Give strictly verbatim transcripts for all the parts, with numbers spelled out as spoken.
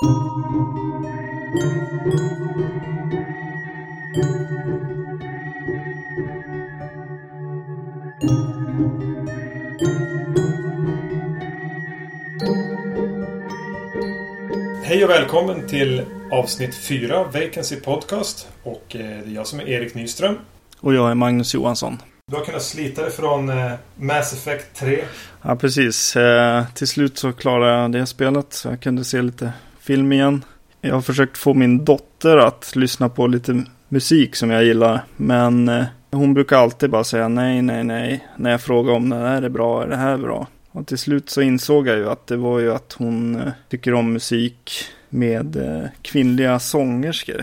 Hej och välkommen till avsnitt fyra Vacancy Podcast. Och det är jag som är Erik Nyström. Och jag är Magnus Johansson. Du har kunnat slita dig från Mass Effect tre. Ja, precis. Eh, till slut så klarade jag det spelet, så jag kunde se lite film igen. Jag har försökt få min dotter att lyssna på lite musik som jag gillar. Men eh, hon brukar alltid bara säga nej, nej, nej. När jag frågar om det här är bra, är det här bra? Och till slut så insåg jag ju att det var ju att hon eh, tycker om musik med eh, kvinnliga sångerskor.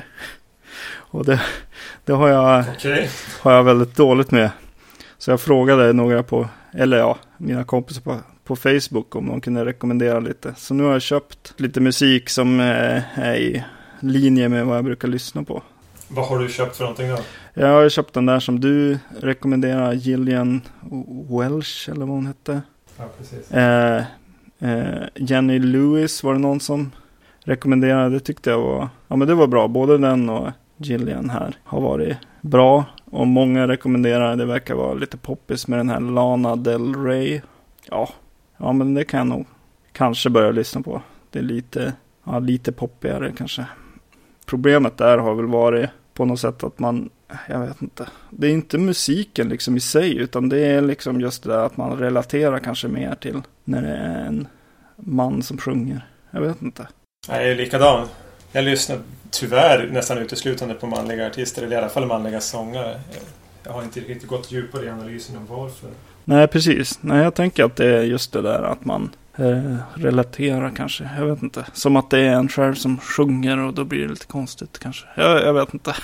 Och det, det har, jag, okay. har jag väldigt dåligt med. Så jag frågade några på, eller ja, mina kompisar på, på Facebook om de kunde rekommendera lite. Så nu har jag köpt lite musik som eh, är i linje med vad jag brukar lyssna på. Vad har du köpt för någonting då? Jag har köpt den där som du rekommenderar, Gillian Welch eller vad hon hette. Ja, precis. Eh, eh, Jenny Lewis var det någon som rekommenderade. Det tyckte jag var, ja men det var bra. Både den och Gillian här har varit bra. Och många rekommenderar, det verkar vara lite poppis med den här Lana Del Rey. Ja, ja men det kan jag nog kanske börja lyssna på. Det är lite, ja, lite poppigare kanske. Problemet där har väl varit på något sätt att man, jag vet inte. Det är inte musiken liksom i sig, utan det är liksom just det där att man relaterar kanske mer till när det är en man som sjunger. Jag vet inte. Jag är likadan. Jag lyssnar tyvärr nästan uteslutande på manliga artister, eller i alla fall manliga sångare. Jag har inte riktigt gått djupare i analysen om varför. Nej, precis. Nej, jag tänker att det är just det där att man eh, relaterar kanske. Jag vet inte. Som att det är en själv som sjunger och då blir det lite konstigt kanske. Jag, jag vet inte.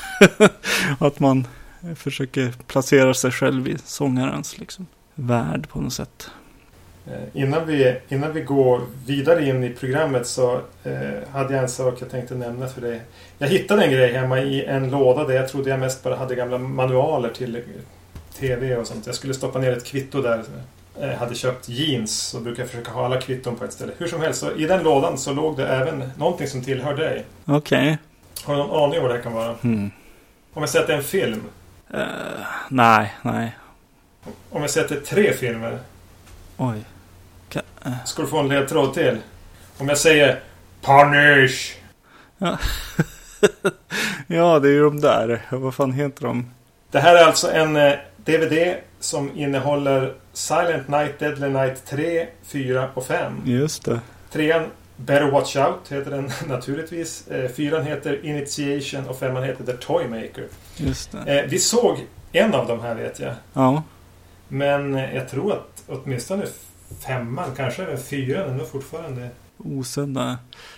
Att man försöker placera sig själv i sångarens liksom värld på något sätt. Innan vi, innan vi går vidare in i programmet så eh, hade jag en sak jag tänkte nämna för dig. Jag hittade en grej hemma i en låda där jag trodde jag mest bara hade gamla manualer till tv och sånt. Jag skulle stoppa ner ett kvitto där. Jag hade köpt jeans, så brukar jag försöka ha alla kvitton på ett ställe. Hur som helst, så i den lådan så låg det även någonting som tillhör dig. Okej. Okay. Har du någon aning om vad det här kan vara? Hmm. Om jag säger att det är en film? Uh, nej, nej. Om jag säger att det är tre filmer? Oj. Ka- uh. Ska du få en ledtråd till? Om jag säger Punish! Ja. Ja, det är ju de där. Vad fan heter de? Det här är alltså en eh, D V D som innehåller Silent Night, Deadly Night tre, fyra och fem. Just det. Trean Better Watch Out heter den naturligtvis. Eh, fyran heter Initiation och femman heter The Toymaker. Just det. Eh, vi såg en av dem här, vet jag. Ja. Men eh, jag tror att åtminstone femman, kanske även fyran, är fortfarande osända.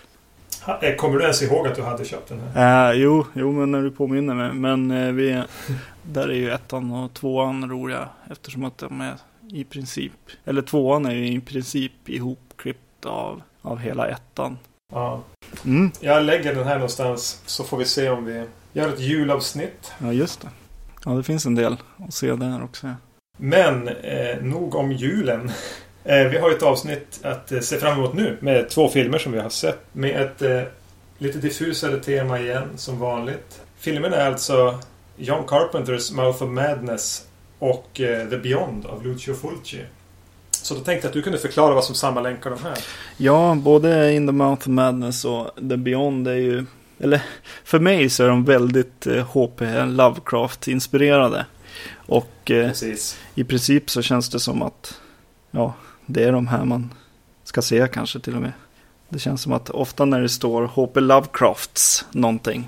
Ha, eh, kommer du ens ihåg att du hade köpt den här? Uh, jo, jo, men när du påminner mig. Men uh, vi, där är ju ettan och tvåan roliga. Eftersom att de är i princip, eller tvåan är ju i princip ihopklippt av, av hela ettan. Ja. Mm. Jag lägger den här någonstans så får vi se om vi gör ett julavsnitt. Ja, just det. Ja, det finns en del att se där också. Men eh, nog om julen. Eh, vi har ett avsnitt att eh, se fram emot nu med två filmer som vi har sett. Med ett eh, lite diffusare tema igen som vanligt. Filmen är alltså John Carpenters Mouth of Madness och eh, The Beyond av Lucio Fulci. Så då tänkte jag att du kunde förklara vad som sammanlänkar de här. Ja, både In the Mouth of Madness och The Beyond är ju, eller för mig så är de väldigt eh, H P Lovecraft-inspirerade. Och eh, i princip så känns det som att ja, det är de här man ska se kanske till och med. Det känns som att ofta när det står H P Lovecrafts någonting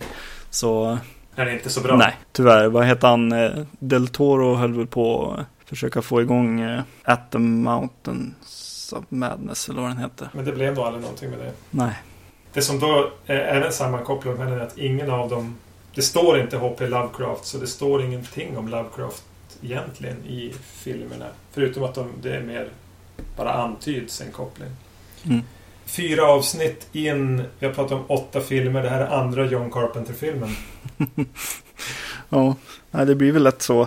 så är det inte så bra. Nej, tyvärr. Vad heter han? Del Toro höll väl på att försöka få igång eh, At the Mountains of Madness eller vad den heter. Men det blev då aldrig någonting med det. Nej. Det som då är även sammankopplat med är att ingen av dem, det står inte H P Lovecraft, så det står ingenting om Lovecraft egentligen i filmerna. Förutom att de, det är mer bara antyds en koppling. Mm. Fyra avsnitt in, vi har pratat om åtta filmer, det här är andra John Carpenter-filmen. Ja, nej, det blir väl lätt så.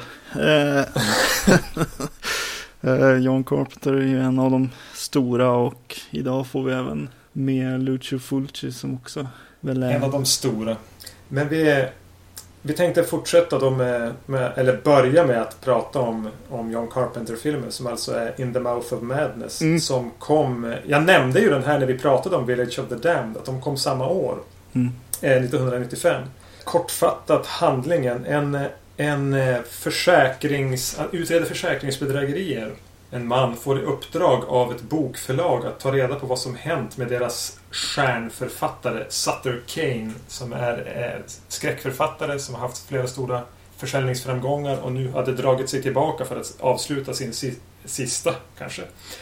John Carpenter är ju en av de stora och idag får vi även med Lucio Fulci som också väl är... En av de stora. Men vi, vi tänkte fortsätta då med, med, eller börja med att prata om, om John Carpenter-filmen som alltså är In the Mouth of Madness. Mm. Som kom, jag nämnde ju den här när vi pratade om Village of the Damned, att de kom samma år. Mm. Eh, nittonhundranittiofem. Kortfattat handlingen, en, en försäkrings, utreder försäkringsbedrägerier. En man får i uppdrag av ett bokförlag att ta reda på vad som hänt med deras stjärnförfattare Sutter Kane, som är, är skräckförfattare som har haft flera stora försäljningsframgångar och nu hade dragit sig tillbaka för att avsluta sin si, sista kanske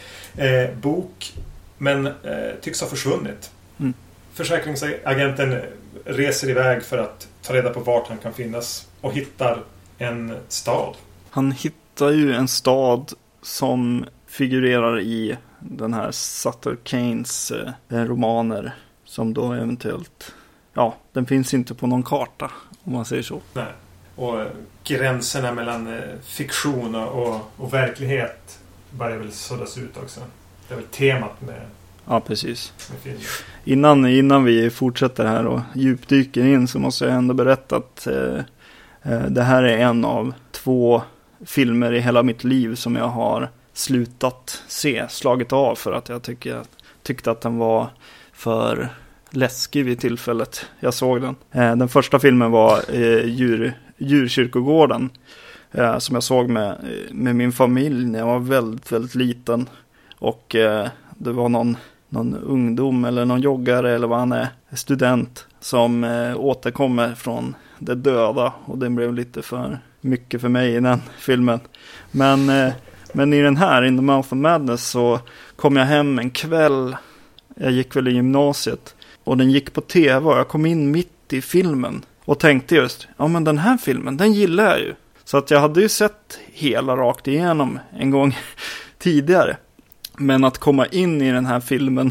eh, bok, men eh, tycks ha försvunnit. Mm. Försäkringsagenten reser iväg för att ta reda på vart han kan finnas och hittar en stad. Han hittar ju en stad som figurerar i den här Sutter Kanes eh, romaner, som då eventuellt, ja, den finns inte på någon karta om man säger så. Nej. Och eh, gränserna mellan eh, fiktion och, och verklighet börjar väl suddas ut också. Det är väl temat med... Ja, precis. Med innan, innan vi fortsätter här och djupdyker in så måste jag ändå berätta att eh, eh, det här är en av två filmer i hela mitt liv som jag har slutat se, slagit av för att jag tycker, tyckte att den var för läskig vid tillfället jag såg den. Eh, den första filmen var eh, djur, Djurkyrkogården eh, som jag såg med, med min familj när jag var väldigt, väldigt liten. Och eh, det var någon, någon ungdom eller någon joggare eller vad han är, student som eh, återkommer från det döda, och den blev lite för mycket för mig i den filmen. Men, eh, men i den här, In the Mouth of Madness, så kom jag hem en kväll. Jag gick väl i gymnasiet och den gick på tv och jag kom in mitt i filmen och tänkte just, ja men den här filmen, den gillar jag ju. Så att jag hade ju sett hela rakt igenom en gång tidigare. Men att komma in i den här filmen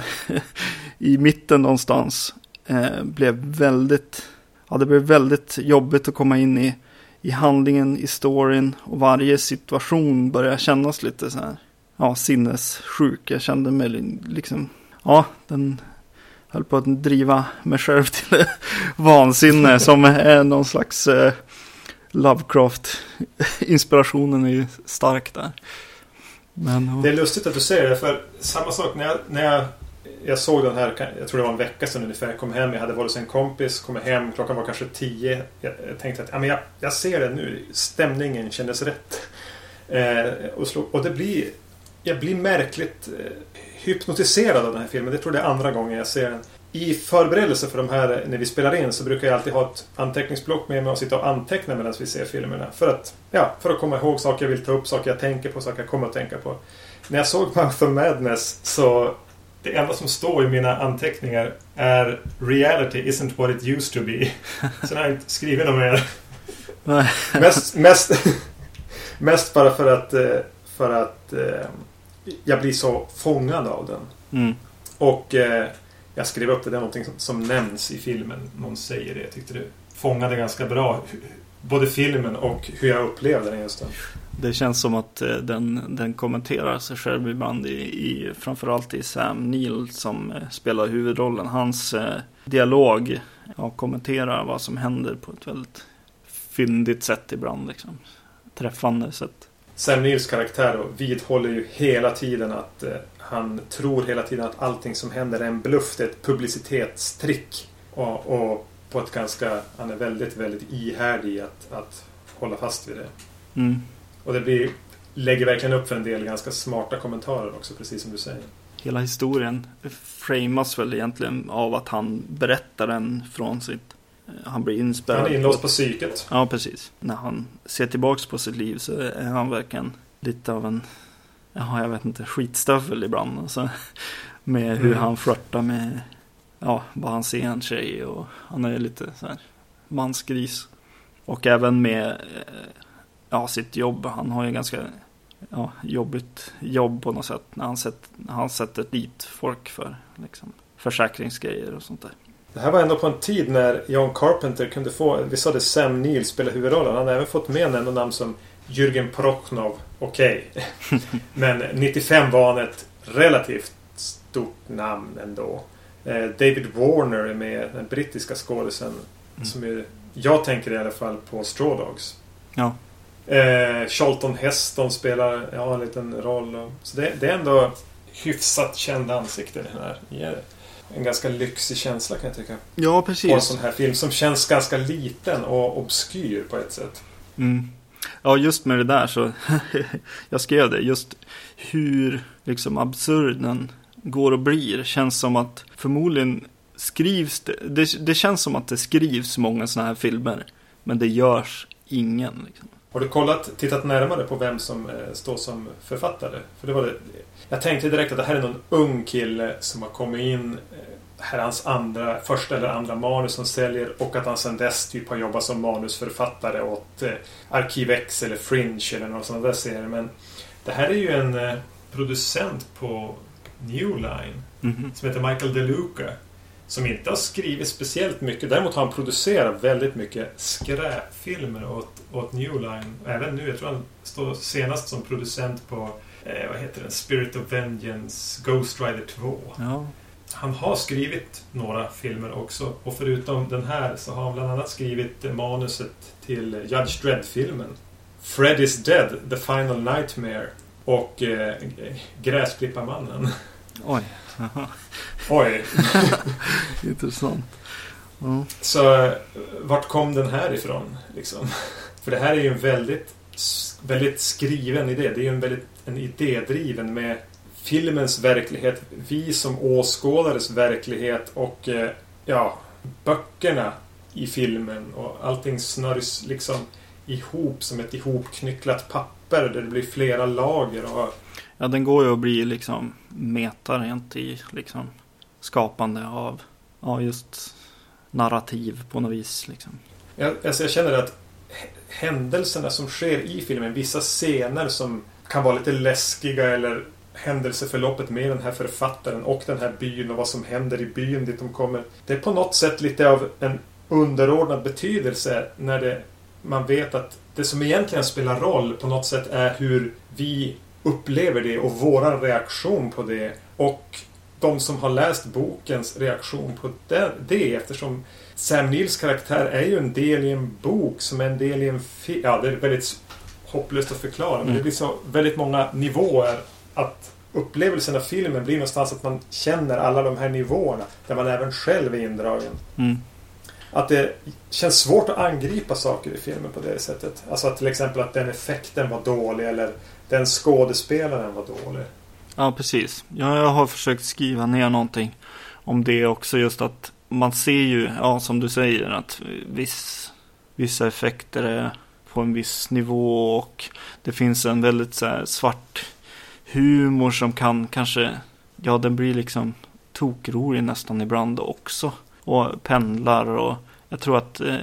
i mitten någonstans eh, blev väldigt, ja det blev väldigt jobbigt att komma in i i handlingen, i storyn, och varje situation började kännas lite så här, ja, sinnessjuk. Jag kände mig liksom, ja, den höll på att driva mig själv till vansinne som är någon slags eh, Lovecraft-inspirationen är ju stark där. Men, och... Det är lustigt att du säger det, för samma sak när jag, när jag Jag såg den här, jag tror det var en vecka sedan ungefär. Jag kom hem, jag hade varit hos en kompis, kom hem, klockan var kanske tio. Jag, jag tänkte att ja, men jag, jag ser det nu, stämningen kändes rätt. Eh, och, slå, och det blir, jag blir märkligt eh, hypnotiserad av den här filmen. Det tror det är andra gången jag ser den. I förberedelse för de här, när vi spelar in, så brukar jag alltid ha ett anteckningsblock med mig och sitta och anteckna medan vi ser filmerna. För att, ja, för att komma ihåg saker jag vill ta upp, saker jag tänker på, saker jag kommer att tänka på. När jag såg Mouth of Madness så... Det enda som står i mina anteckningar är reality isn't what it used to be. Så jag har inte skrivit något mer. mest, mest, mest bara för att, för att jag blir så fångad av den. Mm. Och jag skrev upp det, det är någonting som, som nämns i filmen. Någon säger det. Jag tyckte det fångade ganska bra både filmen och hur jag upplevde den just den. Det känns som att eh, den, den kommenterar sig själv ibland i, i, framförallt i Sam Neill som eh, spelar huvudrollen. Hans eh, dialog ja, kommenterar vad som händer på ett väldigt fyndigt sätt ibland. Liksom. Träffande sätt. Sam Neills karaktär då, vidhåller ju hela tiden att eh, han tror hela tiden att allting som händer är en bluff, det är ett publicitetstrick. Och, och på ett ganska, han är väldigt, väldigt ihärdig att, att hålla fast vid det. Mm. Och det blir, lägger verkligen upp för en del ganska smarta kommentarer också, precis som du säger. Hela historien framas väl egentligen av att han berättar den från sitt... Han blir inspärrad. Han är inlåst på, på psyket. Ja, precis. När han ser tillbaks på sitt liv så är han verkligen lite av en... Ja, jag vet inte, skitstövel ibland. Alltså, med hur mm. han flörtar med... Ja, vad han ser en tjej. Och han är lite så här mansgris. Och även med... Ja, sitt jobb. Han har ju ganska ja, jobbigt jobb på något sätt. När han, sett, när han sätter dit folk för liksom, försäkringsgrejer och sånt där. Det här var ändå på en tid när John Carpenter kunde få, vi sa det, Sam Neill spela huvudrollen. Han har även fått med en namn som Jürgen Prochnov. Okej. Okay. Men nittiofem var han ett relativt stort namn ändå. Eh, David Warner är med, den brittiska skådisen. Mm. Som är, jag tänker i alla fall på Straw Dogs. Ja. Eh, Charlton Heston spelar ja, en liten roll. Så det, det är ändå hyfsat kända ansikten här. Yeah. En ganska lyxig känsla kan jag tycka. Ja, precis. På en sån här film som känns ganska liten och obskyr på ett sätt. Mm. Ja, just med det där så jag skrev det. Just hur liksom absurd den går och blir. Känns som att förmodligen skrivs det, det, det känns som att det skrivs många såna här filmer. Men det görs ingen liksom. Har du kollat, tittat närmare på vem som eh, står som författare? För det var det, jag tänkte direkt att det här är någon ung kille som har kommit in. Eh, här är hans andra, första eller andra manus som säljer. Och att han sedan dess typ har jobbat som manusförfattare åt eh, Arkiv X eller Fringe eller något sånt där serier. Men det här är ju en eh, producent på New Line mm-hmm. som heter Michael DeLuca. Som inte har skrivit speciellt mycket. Däremot har han producerat väldigt mycket skräpfilmer åt, åt New Line. Även nu, jag tror han står senast som producent på eh, vad heter den? Spirit of Vengeance, Ghost Rider två. Ja. Han har skrivit några filmer också. Och förutom den här så har han bland annat skrivit manuset till Judge Dredd-filmen. Freddy's Dead, The Final Nightmare. Och eh, Gräsklipparmannen. Oj. Oj. Intressant. Mm. Så vart kom den här ifrån? Liksom? För det här är ju en väldigt, väldigt skriven idé. Det är ju en väldigt en idédriven med filmens verklighet. Vi som åskådares verklighet och ja, böckerna i filmen. Och allting snörjs liksom ihop som ett ihopknycklat papper där det blir flera lager och ja, den går ju att bli liksom meta rent i liksom skapande av ja, just narrativ på något vis. Liksom. Jag, alltså jag känner att händelserna som sker i filmen, vissa scener som kan vara lite läskiga eller händelseförloppet med den här författaren och den här byn och vad som händer i byn dit de kommer. Det är på något sätt lite av en underordnad betydelse när det, man vet att det som egentligen spelar roll på något sätt är hur vi upplever det och våran reaktion på det och de som har läst bokens reaktion på det, det eftersom Sam Neills karaktär är ju en del i en bok som är en del i en film. Ja, det är väldigt hopplöst att förklara men mm. det blir så väldigt många nivåer att upplevelsen av filmen blir någonstans att man känner alla de här nivåerna där man även själv är indragen. Mm. Att det känns svårt att angripa saker i filmen på det sättet. Alltså att till exempel att den effekten var dålig eller den skådespelaren var dålig. Ja, precis. Ja, jag har försökt skriva ner någonting om det också. Just att man ser ju, ja som du säger, att viss, vissa effekter är på en viss nivå och det finns en väldigt så här, svart humor som kan kanske, ja den blir liksom tokrolig nästan ibland också. Och pendlar och jag tror att eh,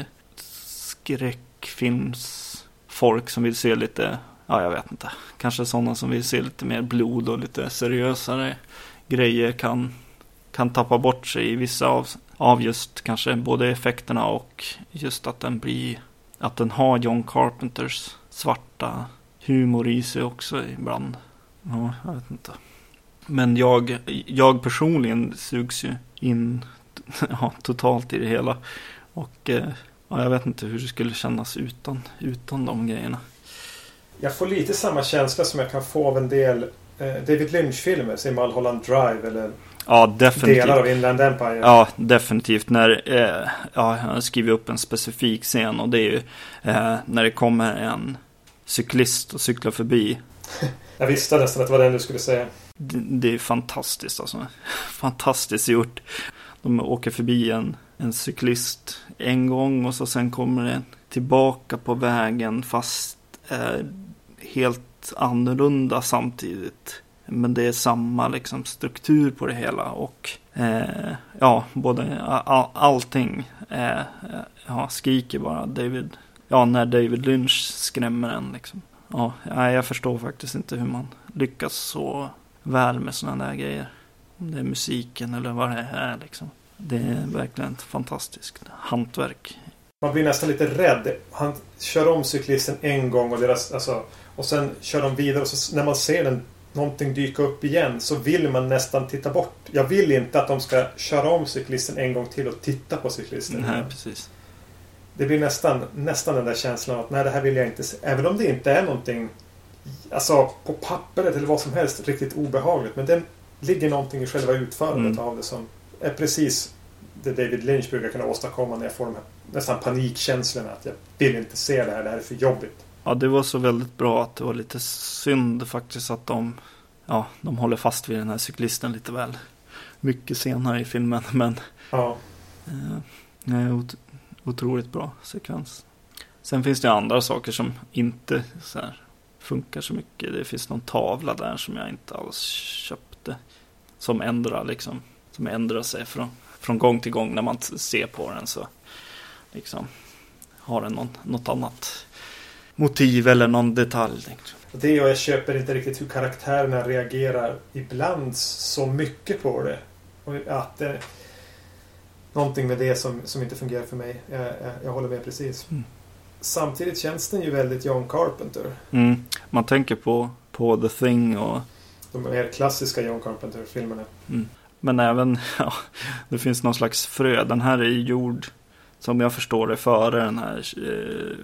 skräckfilmsfolk som vill se lite, ja jag vet inte, kanske sådana som vill se lite mer blod och lite seriösare grejer kan, kan tappa bort sig i vissa av, av just kanske både effekterna och just att den blir, att den har John Carpenters svarta humor i sig också ibland. Ja, jag vet inte. Men jag, jag personligen sugs ju in ja, totalt i det hela. Och eh, ja, jag vet inte hur det skulle kännas utan, utan de grejerna. Jag får lite samma känsla som jag kan få av en del eh, David Lynch-filmer, som Mulholland Drive eller ja, definitivt. Delar av Inland Empire. Ja, definitivt. När, eh, ja, jag har skrivit upp en specifik scen och det är ju eh, när det kommer en cyklist och cyklar förbi. Jag visste nästan att det var den du skulle säga. Det, det är fantastiskt alltså. Fantastiskt gjort. De åker förbi en, en cyklist en gång och så sen kommer den tillbaka på vägen fast eh, helt annorlunda samtidigt. Men det är samma liksom, struktur på det hela och eh, ja, både all, allting eh, ja, skriker bara David. Ja, när David Lynch skrämmer en liksom. Ja, jag förstår faktiskt inte hur man lyckas så väl med sådana där grejer. Om det är musiken eller vad det är liksom. Det är verkligen ett fantastiskt hantverk. Man blir nästan lite rädd. Han kör om cyklisten en gång och deras, alltså, och sen kör de vidare och så, när man ser den någonting dyka upp igen så vill man nästan titta bort. Jag vill inte att de ska köra om cyklisten en gång till och titta på cyklisten. Nej, precis. Det blir nästan, nästan den där känslan att nej, det här vill jag inte se. Även om det inte är någonting alltså på pappret eller vad som helst riktigt obehagligt. Men det ligger någonting i själva utförandet mm. av det som är precis det David Lynch brukar kunna åstadkomma när jag får de här nästan panikkänslorna att jag vill inte se det här, det här är för jobbigt. Ja, det var så väldigt bra att det var lite synd faktiskt att de ja, de håller fast vid den här cyklisten lite väl mycket senare i filmen, men ja. eh, nej, ot- otroligt bra sekvens. Sen finns det andra saker som inte så här funkar så mycket. Det finns någon tavla där som jag inte alls köpte som ändrar liksom, som ändrar sig från, från gång till gång när man t- ser på den, så liksom har den någon, något annat motiv eller någon detalj. Det och jag köper inte riktigt hur karaktärerna reagerar ibland så mycket på det. Och att det någonting med det som, som inte fungerar för mig. Jag, jag, jag håller med precis. Mm. Samtidigt känns den ju väldigt John Carpenter. Mm. Man tänker på, på The Thing och de mer klassiska John Carpenter-filmerna. Mm. Men även, ja, det finns någon slags frö. Den här är gjord, som jag förstår det, före den här eh,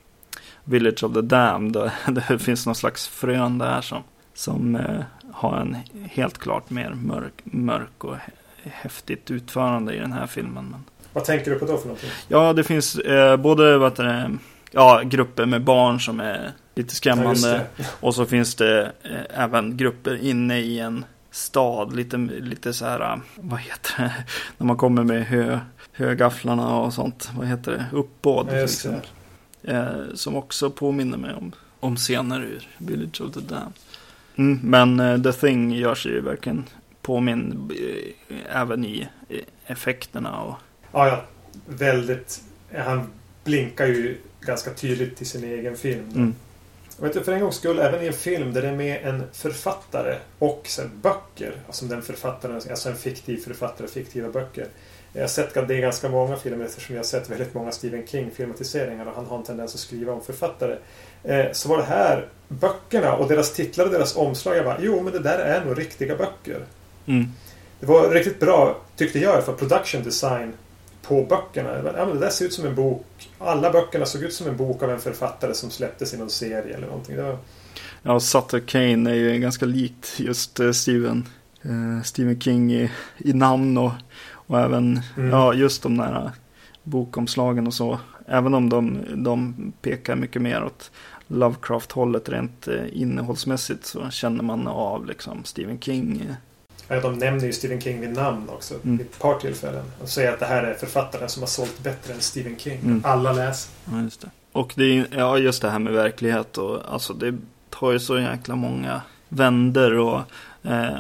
Village of the Damned. Det finns någon slags frön där som, som eh, har en helt klart mer mörk, mörk och häftigt utförande i den här filmen. Men vad tänker du på då för någonting? Ja, det finns eh, både vad det, ja, grupper med barn som är lite skrämmande. Ja, och så finns det eh, även grupper inne i en stad. Lite, lite så här, vad heter det? När man kommer med hö, högafflarna och sånt. Vad heter det? Uppbåd. Ja, liksom. eh, som också påminner mig om, om scener ur Village of the Damned. Mm, men eh, The Thing gör sig ju verkligen påminn eh, även i eh, effekterna och ja, ja, väldigt. Han blinkar ju ganska tydligt till sin egen film. Mm. Och vet du, för en gångs skull, även i en film där det är med en författare och sen böcker, alltså den författaren, alltså en fiktiv författare, fiktiva böcker. Jag har sett det i ganska många filmer eftersom jag har sett väldigt många Stephen King-filmatiseringar och han har en tendens att skriva om författare. Eh, så var det här böckerna och deras titlar och deras omslag, jag bara, jo men det där är nog riktiga böcker. Mm. Det var riktigt bra, tyckte jag, för production design på böckerna. Ja, men det där ser ut som en bok. Alla böckerna såg ut som en bok av en författare som släpptes i någon serie eller någonting. Det var... Ja, Sutter Kane är ju ganska likt just uh, Stephen, uh, Stephen King i, i namn och, och även mm. ja, just de där bokomslagen och så. Även om de, de pekar mycket mer åt Lovecraft-hållet rent uh, innehållsmässigt, så känner man av liksom Stephen King. Uh, Ja, de nämner ju Stephen King vid namn också mm. vid ett par tillfällen. Och säger att det här är författaren som har sålt bättre än Stephen King. Mm. Alla läser. Ja, just det. Och det är, ja, just det här med verklighet och alltså det tar ju så jäkla många vänder och eh,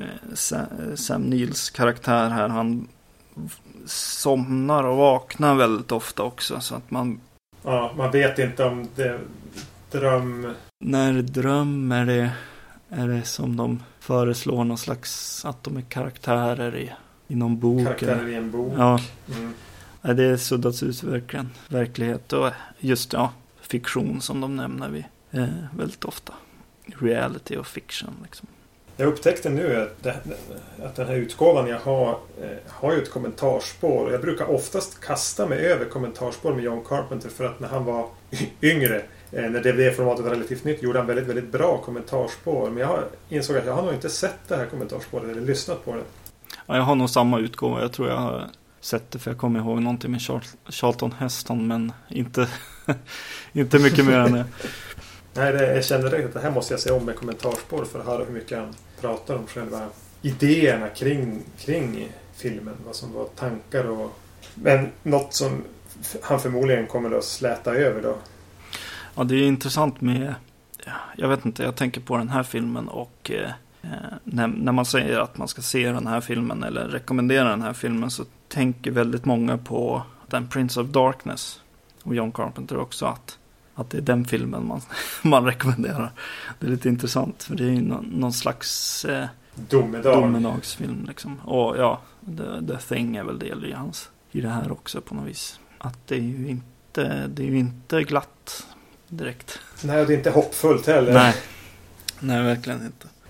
Sam Neils karaktär här, han somnar och vaknar väldigt ofta också, så att man ja, man vet inte om det dröm. När drömmer det är det som de föreslår någon slags att de är karaktärer i, i någon bok. Karaktärer i en bok. Ja. Mm. Ja, det är suddats ut verkligen. Verklighet och just ja, fiktion som de nämner vi eh, väldigt ofta. Reality och fiction liksom. Jag upptäckte nu att, det, att den här utgåvan jag har eh, har ju ett kommentarspår. Jag brukar oftast kasta mig över kommentarspår med John Carpenter för att när han var yngre, eh, när D V D-formatet var relativt nytt, gjorde han väldigt, väldigt bra kommentarspår. Men jag har, insåg att jag har nog inte sett det här kommentarspåret eller lyssnat på det. Ja, jag har nog samma utgåva. Jag tror jag har sett det, för jag kommer ihåg någonting med Char- Charlton Heston, men inte, inte mycket mer än det. Nej, det, jag kände direkt att det här måste jag se om med kommentarspår för att höra hur mycket han pratar om själva idéerna kring, kring filmen. Vad som var tankar och... Men något som han förmodligen kommer att släta över då. Ja, det är intressant med... Jag vet inte, jag tänker på den här filmen och... Eh, när, när man säger att man ska se den här filmen eller rekommendera den här filmen, så tänker väldigt många på den Prince of Darkness och John Carpenter också, att Att det är den filmen man, man rekommenderar. Det är lite intressant, för det är ju någon, någon slags eh, Domedag. domedagsfilm liksom. Och ja, The, the Thing är väl del i hans i det här också på något vis. Att det är ju inte, det är ju inte glatt direkt. Nej, det är inte hoppfullt heller. Nej, Nej verkligen inte.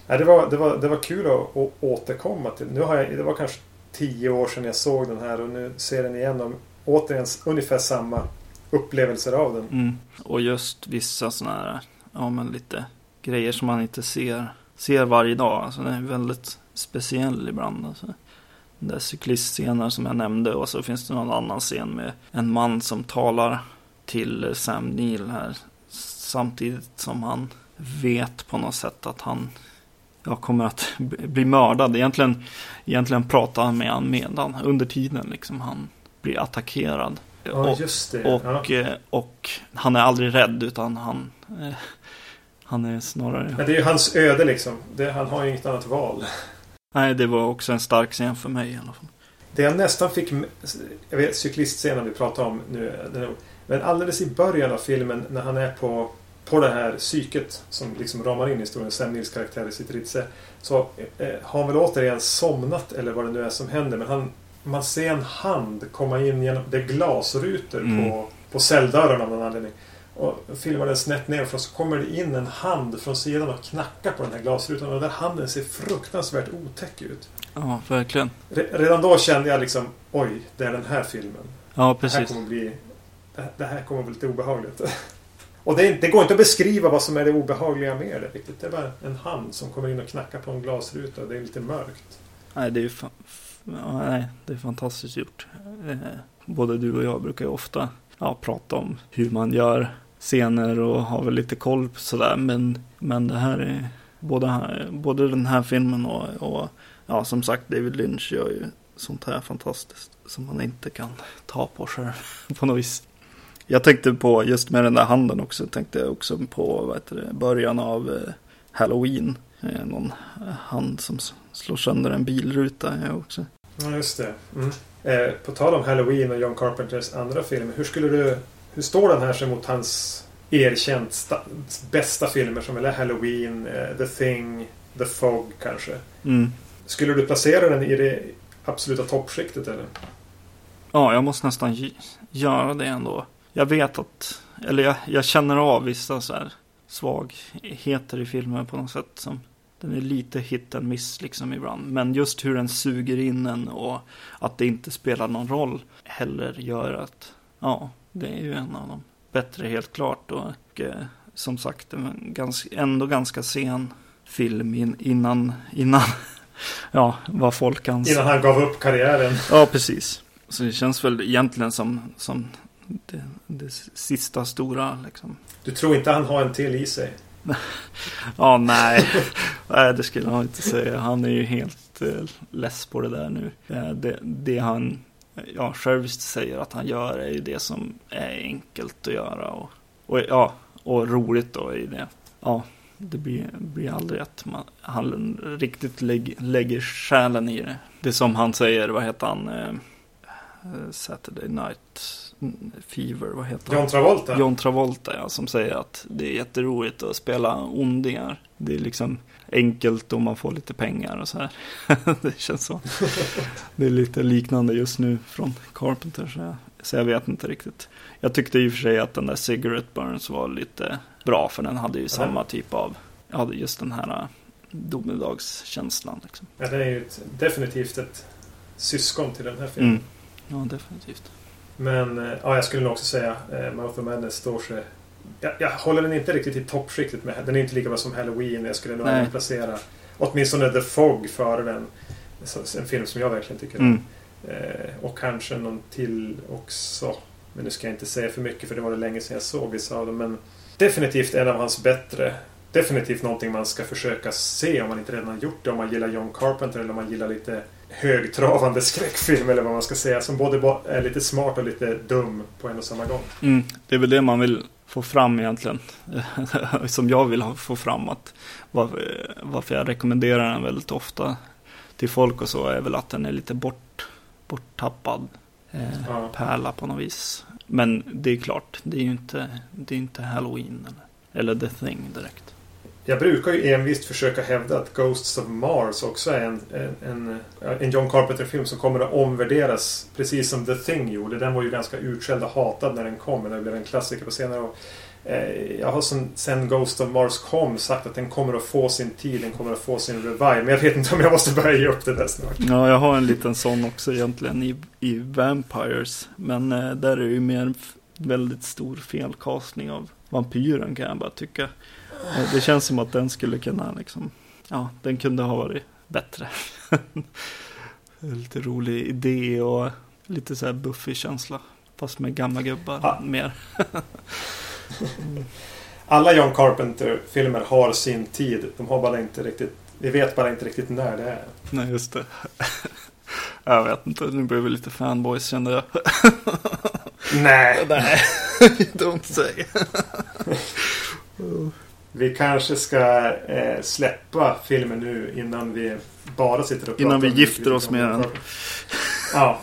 Ja, det, var, det, var, det var kul att, att återkomma till. Nu har jag, det var kanske tio år sedan jag såg den här och nu ser den igen och återigen ungefär samma upplevelser av den. Mm. Och just vissa sådana här, ja men lite grejer som man inte ser, ser varje dag. Alltså det är väldigt speciell ibland. Alltså. Den där cyklistscener som jag nämnde och så finns det någon annan scen med en man som talar till Sam Neill här samtidigt som han vet på något sätt att han ja, kommer att bli mördad. Egentligen, egentligen pratar han med han medan under tiden liksom han blir attackerad. Ja, och, just det. Och, ja. och, och han är aldrig rädd utan han, eh, han är snarare... Men det är ju hans öde liksom. Det, han har ju inget annat val. Nej, det var också en stark scen för mig i alla fall. Det jag nästan fick... Jag vet, cyklistscenen vi pratar om nu. Men alldeles i början av filmen när han är på, på det här psyket som liksom ramar in historien. Sam Neills karaktär sitter i sig. Så eh, har han väl återigen somnat eller vad det nu är som händer. Men han, man ser en hand komma in genom det glasrutor mm. på, på celldörren av någon anledning. Och filmar den snett ner och så kommer det in en hand från sidan och knackar på den här glasrutan. Och den där handen ser fruktansvärt otäck ut. Ja, verkligen. Redan då kände jag liksom, oj, det är den här filmen. Ja, precis. Det här kommer bli, det här kommer bli lite obehagligt. Och det, det går inte att beskriva vad som är det obehagliga med det riktigt. Det är bara en hand som kommer in och knackar på en glasruta. Det är lite mörkt. Nej, det är ju fa- ja, nej, det är fantastiskt gjort. Både du och jag brukar ju ofta ja, prata om hur man gör scener och har väl lite koll på sådär. Men, men det här är både, här, både den här filmen och, och ja, som sagt David Lynch gör ju sånt här fantastiskt som man inte kan ta på själv på något vis. Jag tänkte på, just med den där handen också, tänkte jag också på vad heter det, början av eh, Halloween. Eh, någon hand som slår sönder en bilruta jag också. Ja, just det. Mm. Eh, på tal om Halloween och John Carpenters andra filmer, hur skulle du, hur står den här sig mot hans erkänt sta- bästa filmer som är Halloween, eh, The Thing, The Fog kanske? Mm. Skulle du placera den i det absoluta toppskiktet eller? Ja, jag måste nästan g- göra det ändå. Jag vet att, eller jag, jag känner av vissa så här svagheter i filmen på något sätt som den är lite hit and miss liksom ibland. Men just hur den suger in en och att det inte spelar någon roll heller gör att ja, det är ju en av de bättre helt klart. Och, och eh, som sagt, en ganska, ändå ganska sen film in, innan, innan ja, vad folk kan... Innan han gav upp karriären. Ja, precis. Så det känns väl egentligen som, som det, det sista stora liksom. Du tror inte han har en till i sig? Ja, nej. Nej, det skulle jag inte säga. Han är ju helt eh, less på det där nu. Eh, det, det han ja, själv säger att han gör är ju det som är enkelt att göra. Och, och, ja, och roligt då i det. Ja, det blir, blir aldrig att man, han riktigt lägg, lägger själen i det. Det som han säger, vad heter han? Eh, Saturday Night Fever, vad heter John Travolta. John Travolta, ja, som säger att det är jätteroligt att spela ondingar. Det är liksom enkelt om man får lite pengar och så här. Det känns så. Det är lite liknande just nu från Carpenter, så jag, så jag vet inte riktigt. Jag tyckte i och för sig att den där Cigarette Burns var lite bra, för den hade ju ja. samma typ av, ja, just den här domedagskänslan liksom. Ja, det är ju ett, definitivt ett syskon till den här filmen. Mm. Ja, definitivt. Men ja, jag skulle nog också säga eh, Mouth of Madness står sig. Jag, jag håller den inte riktigt i toppskiktet med. Den är inte lika bra som Halloween. Jag skulle nog även placera åtminstone The Fog före den. En film som jag verkligen tycker mm. eh, och kanske någon till också. Men nu ska jag inte säga för mycket, för det var det länge sedan jag såg vissa av dem. Men definitivt en av hans bättre. Definitivt någonting man ska försöka se om man inte redan har gjort det. Om man gillar John Carpenter eller om man gillar lite högtravande skräckfilm eller vad man ska säga, som både är lite smart och lite dum på en och samma gång. Mm, det är väl det man vill få fram egentligen. Som jag vill få fram, att varför, varför jag rekommenderar den väldigt ofta till folk och så är väl att den är lite bort, borttappad eh, ja. pärla på något vis. Men det är klart, det är ju inte, det är inte Halloween eller, eller The Thing direkt. Jag brukar ju envist försöka hävda att Ghosts of Mars också är en, en, en, en John Carpenter-film som kommer att omvärderas precis som The Thing gjorde. Den var ju ganska utskälld och hatad när den kom, men den blev en klassiker på senare år. eh, jag har sen, sen Ghost of Mars kom sagt att den kommer att få sin tid, den kommer att få sin revive. Men jag vet inte om jag måste börja ge upp det där snart. Ja, jag har en liten sån också egentligen i, i Vampires. Men eh, där är det ju mer väldigt stor felkastning av vampyren, kan jag bara tycka. Eh, det känns som att den skulle kunna liksom, ja, den kunde ha varit bättre. Lite rolig idé och lite så här buffig känsla. Fast med gamla gubbar ja. mer. mm. Alla John Carpenter-filmer har sin tid. De har bara inte riktigt, vi vet bara inte riktigt när det är. Nej, just det. Jag vet inte, nu blir vi lite fanboys, kände jag. Nej. Nej, don't say. Vi kanske ska eh, släppa filmen nu innan vi bara sitter och pratar. Innan vi gifter oss med den. Ja.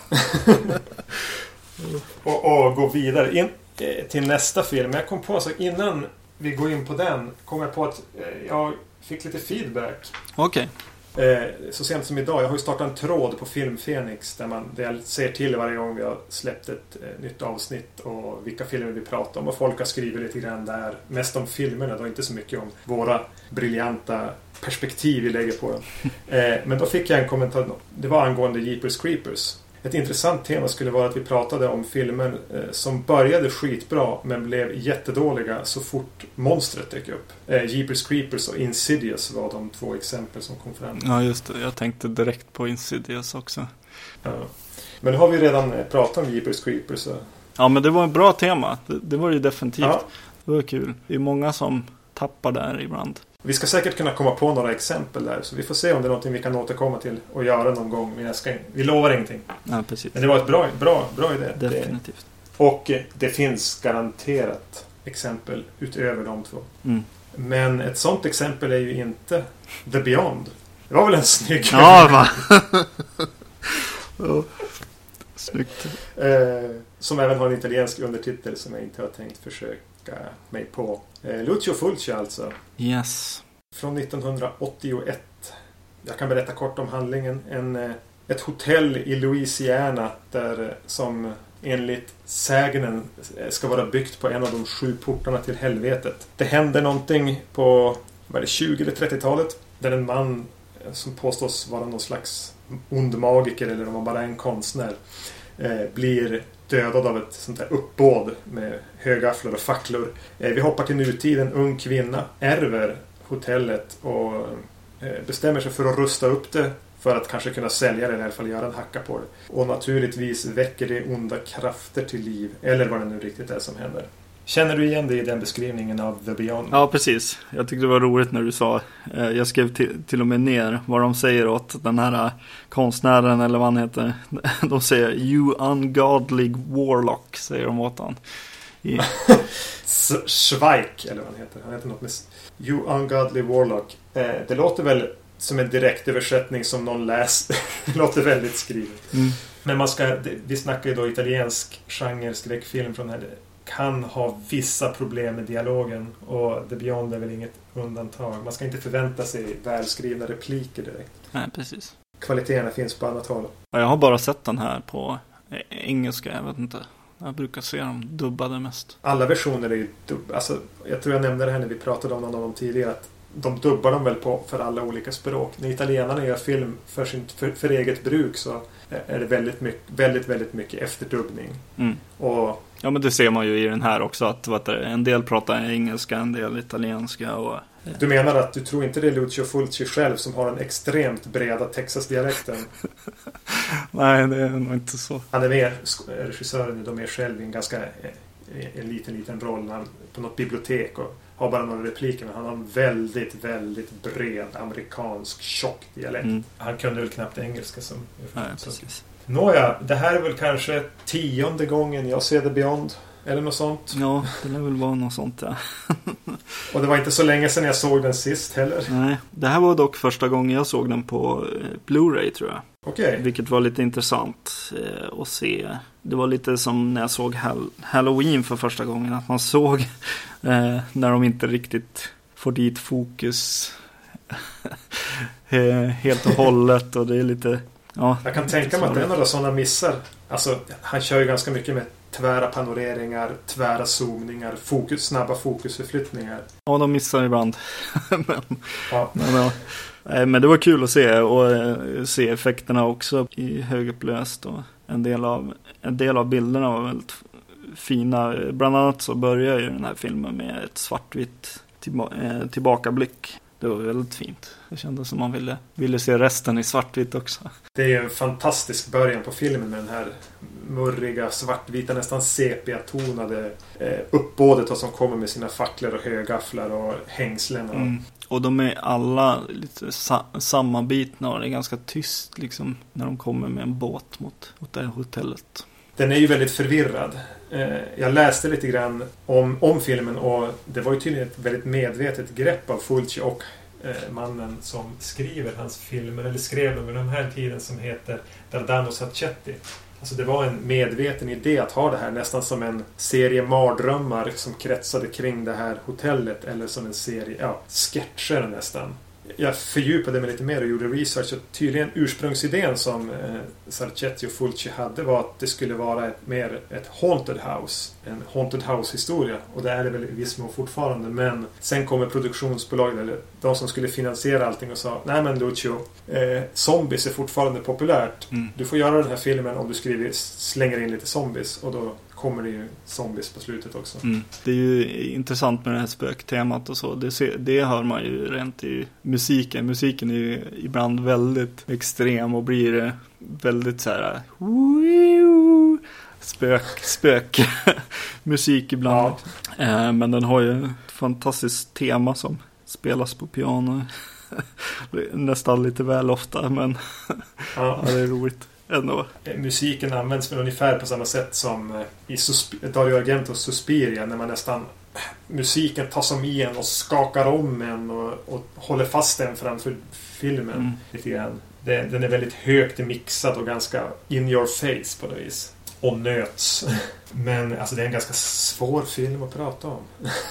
och, och gå vidare in eh, till nästa film. Jag kom på så innan vi går in på den kom jag på att eh, jag fick lite feedback. Okej. Eh, så sent som idag. Jag har ju startat en tråd på Film Phoenix där, man, där jag ser till varje gång vi har släppt ett eh, nytt avsnitt och vilka filmer vi pratar om. Och folk har skrivit lite grann där. Mest om filmerna då, inte så mycket om våra briljanta perspektiv vi lägger på dem. Eh, men då fick jag en kommentar. Det var angående Jeepers Creepers. Ett intressant tema skulle vara att vi pratade om filmer eh, som började skitbra men blev jättedåliga så fort monstret dök upp. Eh, Jeepers Creepers och Insidious var de två exempel som kom fram. Ja, just det. Jag tänkte direkt på Insidious också. Ja. Men nu har vi redan pratat om Jeepers Creepers. Så... Ja, men det var ett bra tema. Det, det var ju definitivt. Ja. Det var kul. Det är många som tappar där ibland. Vi ska säkert kunna komma på några exempel där. Så vi får se om det är någonting vi kan återkomma till och göra någon gång. Men jag ska, vi lovar ingenting. Ja, precis. Men det var ett bra, bra, bra idé. Definitivt. Det, och det finns garanterat exempel utöver de två. Mm. Men ett sånt exempel är ju inte The Beyond. Det var väl en snygg... Ja, va? oh. Snyggt. Eh, som även har en italiensk undertitel som jag inte har tänkt försöka mig på. Eh, Lucio Fulci alltså. Yes. Från nittonhundraåttioett. Jag kan berätta kort om handlingen. En, eh, ett hotell i Louisiana där eh, som enligt sägnen ska vara byggt på en av de sju portarna till helvetet. Det händer någonting på var det tjugo- eller trettiotalet där en man eh, som påstås vara någon slags ond magiker eller om han bara är en konstnär eh, blir dödad av ett sånt där uppbåd med högafflar och facklor. Eh, vi hoppar till nutid. En ung kvinna ärver hotellet och eh, bestämmer sig för att rusta upp det för att kanske kunna sälja det eller i alla fall göra en hacka på det. Och naturligtvis väcker det onda krafter till liv eller vad det nu riktigt är som händer. Känner du igen det i den beskrivningen av The Beyond? Ja, precis. Jag tyckte det var roligt när du sa, eh, jag skrev till, till och med ner vad de säger åt den här konstnären eller vad han heter. De säger, you ungodly warlock, säger de åt han. I... Schweik, eller vad han heter. Han heter något med You ungodly warlock. Eh, det låter väl som en direktöversättning som någon läst. Det låter väldigt skrivet. Mm. Men man ska, vi snackar ju då italiensk genre skräckfilm från här. Kan ha vissa problem med dialogen och The Beyond är väl inget undantag. Man ska inte förvänta sig välskrivna repliker direkt. Nej, precis. Kvaliteterna finns på annat håll. Ja, jag har bara sett den här på engelska, jag vet inte. Jag brukar se dem dubbade mest. Alla versioner är ju dubbade. Alltså, jag tror jag nämnde det här när vi pratade om någon av dem tidigare att de dubbar dem väl på för alla olika språk. När italienarna gör film för, sin, för, för eget bruk så är det väldigt mycket, väldigt, väldigt mycket efterdubbning. Mm. Och ja, men det ser man ju i den här också att vet du, en del pratar engelska, en del italienska och... Du menar att du tror inte det är Lucio Fulci själv som har den extremt breda Texas-dialekten? Nej, det är nog inte så. Han är med, regissören de är själv i en ganska en liten, liten roll när han, på något bibliotek och har bara några repliker, men han har en väldigt, väldigt bred amerikansk tjock dialekt. Mm. Han kunde väl knappt engelska som... Nej, precis. Nåja, det här är väl kanske tionde gången jag ser The Beyond. Eller något sånt. Ja, det lär väl vara något sånt, ja. Och det var inte så länge sedan jag såg den sist heller. Nej, det här var dock första gången jag såg den på Blu-ray, tror jag. Okej. Okay. Vilket var lite intressant eh, att se. Det var lite som när jag såg Hall- Halloween för första gången. Att man såg eh, när de inte riktigt får dit fokus eh, helt och hållet. Och det är lite Ja, jag kan tänka mig att det är några sådana missar. Alltså, han kör ju ganska mycket med tvära panoreringar, tvära zoomningar, fokus, snabba fokusförflyttningar. Ja, de missar ibland. men, ja. men, ja. men det var kul att se och se effekterna också i högupplöst. Och en del av, en del av bilderna var väldigt fina. Bland annat så börjar ju den här filmen med ett svartvitt tillba- eh, tillbakablick. Det var väldigt fint. Det kändes som man ville, ville se resten i svartvitt också. Det är ju en fantastisk början på filmen med den här murriga, svartvita, nästan sepia-tonade eh, uppbådet och som kommer med sina facklor och högafflar och hängslen. Och... Mm. Och de är alla lite sa- sammanbitna och det är ganska tyst liksom när de kommer med en båt mot, mot det här hotellet. Den är ju väldigt förvirrad. Jag läste lite grann om, om filmen och det var ju tydligen ett väldigt medvetet grepp av Fulci och eh, mannen som skriver hans filmer, eller skrev dem i den här tiden, som heter Dardano Sacchetti. Alltså det var en medveten idé att ha det här nästan som en serie mardrömmar som kretsade kring det här hotellet, eller som en serie, ja, sketcher nästan. Jag fördjupade mig lite mer och gjorde research och tydligen ursprungsidén som eh, Sacchetti och Fulci hade var att det skulle vara ett, mer ett haunted house, en haunted house-historia, och det är det väl i viss mån fortfarande, men sen kommer produktionsbolaget eller de som skulle finansiera allting och sa, nej men Lucio, eh, zombies är fortfarande populärt, mm. du får göra den här filmen om du skriver, slänger in lite zombies, och då kommer det ju zombies på slutet också. Mm. Det är ju intressant med det här spöktemat och så. Det, ser, det hör man ju rent i musiken. Musiken är ju ibland väldigt extrem och blir väldigt så här spök, spök musik ibland. Ja. Eh, men den har ju ett fantastiskt tema som spelas på piano. Nästan lite väl ofta, men ja. Ja, det är roligt. Ändå. Musiken används väl ungefär på samma sätt som i Susp- Dario Argentos Suspiria, när man nästan musiken tar som i en och skakar om en och, och håller fast en framför filmen mm. lite grann. Den, den är väldigt högt mixad och ganska in your face på det vis. Och nöts. Men alltså det är en ganska svår film att prata om.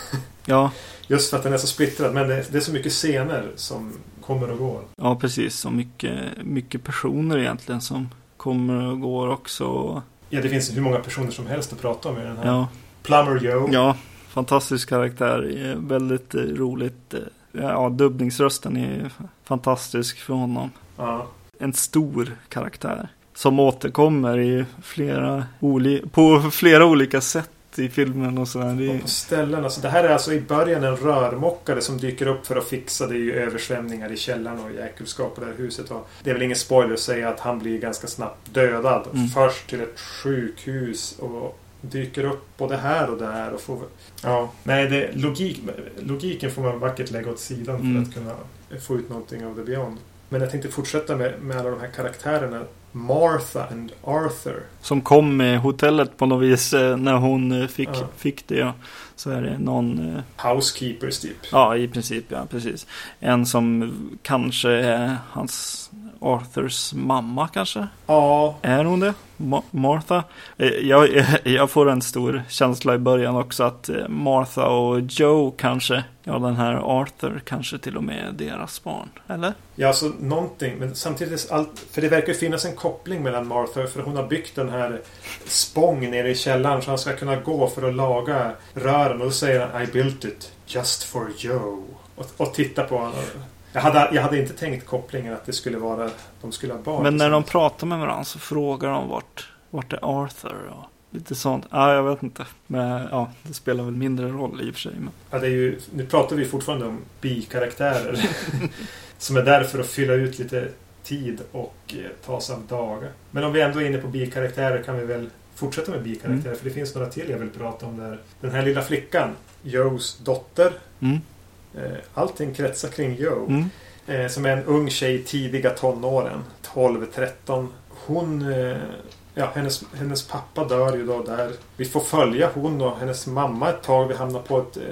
Ja. Just för att den är så splittrad, men det, det är så mycket scener som kommer och går. Ja, precis. Och mycket, mycket personer egentligen som kommer och går också. Ja, det finns hur många personer som helst att prata om i den här. Ja. Plumber Joe. Ja, fantastisk karaktär. Väldigt roligt. Ja, dubbningsrösten är fantastisk för honom. Ja. En stor karaktär som återkommer i flera oli- på flera olika sätt i filmen och sådär. Det, är... på ställen, alltså, det här är alltså i början en rörmockare som dyker upp för att fixa. Det är ju översvämningar i källaren och jäkelskap på det här huset. Och det är väl ingen spoiler att säga att han blir ganska snabbt dödad. Mm. Först till ett sjukhus och dyker upp både här och där. Och får... ja. Nej, det, logik, logiken får man vackert lägga åt sidan för mm. att kunna få ut någonting av The Beyond. Men jag tänkte fortsätta med, med alla de här karaktärerna. Martha and Arthur. Som kom med hotellet på något vis när hon fick, ja. fick det. Ja. Så är det någon... housekeepers typ. Ja, i princip, ja, precis. En som kanske är hans... Arthurs mamma kanske? Ja. Är hon det? Ma- Martha? Jag, jag får en stor känsla i början också att Martha och Joe kanske, ja den här Arthur kanske till och med är deras barn, eller? Ja, alltså någonting, men samtidigt allt, för det verkar finnas en koppling mellan Martha, för hon har byggt den här spång nere i källaren så han ska kunna gå för att laga rören, och då säger han I built it just for Joe och, och titta på honom. Jag hade, jag hade inte tänkt kopplingen att det skulle vara de skulle ha barn. Men när de pratar med varandra så frågar de vart, vart är Arthur och lite sånt. Ja, jag vet inte. Men ja, det spelar väl mindre roll i och för sig. Men... ja, det är ju, nu pratar vi fortfarande om bikaraktärer som är där för att fylla ut lite tid och eh, ta sig av dagar. Men om vi ändå är inne på bikaraktärer kan vi väl fortsätta med bikaraktärer. Mm. För det finns några till jag vill prata om där. Den här lilla flickan, Joes dotter. Mm. Allting kretsar kring Joe. Mm. Eh, som är en ung tjej, tidiga tonåren. tolv tretton. Hon... Eh, ja, hennes, hennes pappa dör ju då där. Vi får följa hon och hennes mamma ett tag. Vi hamnar på ett eh,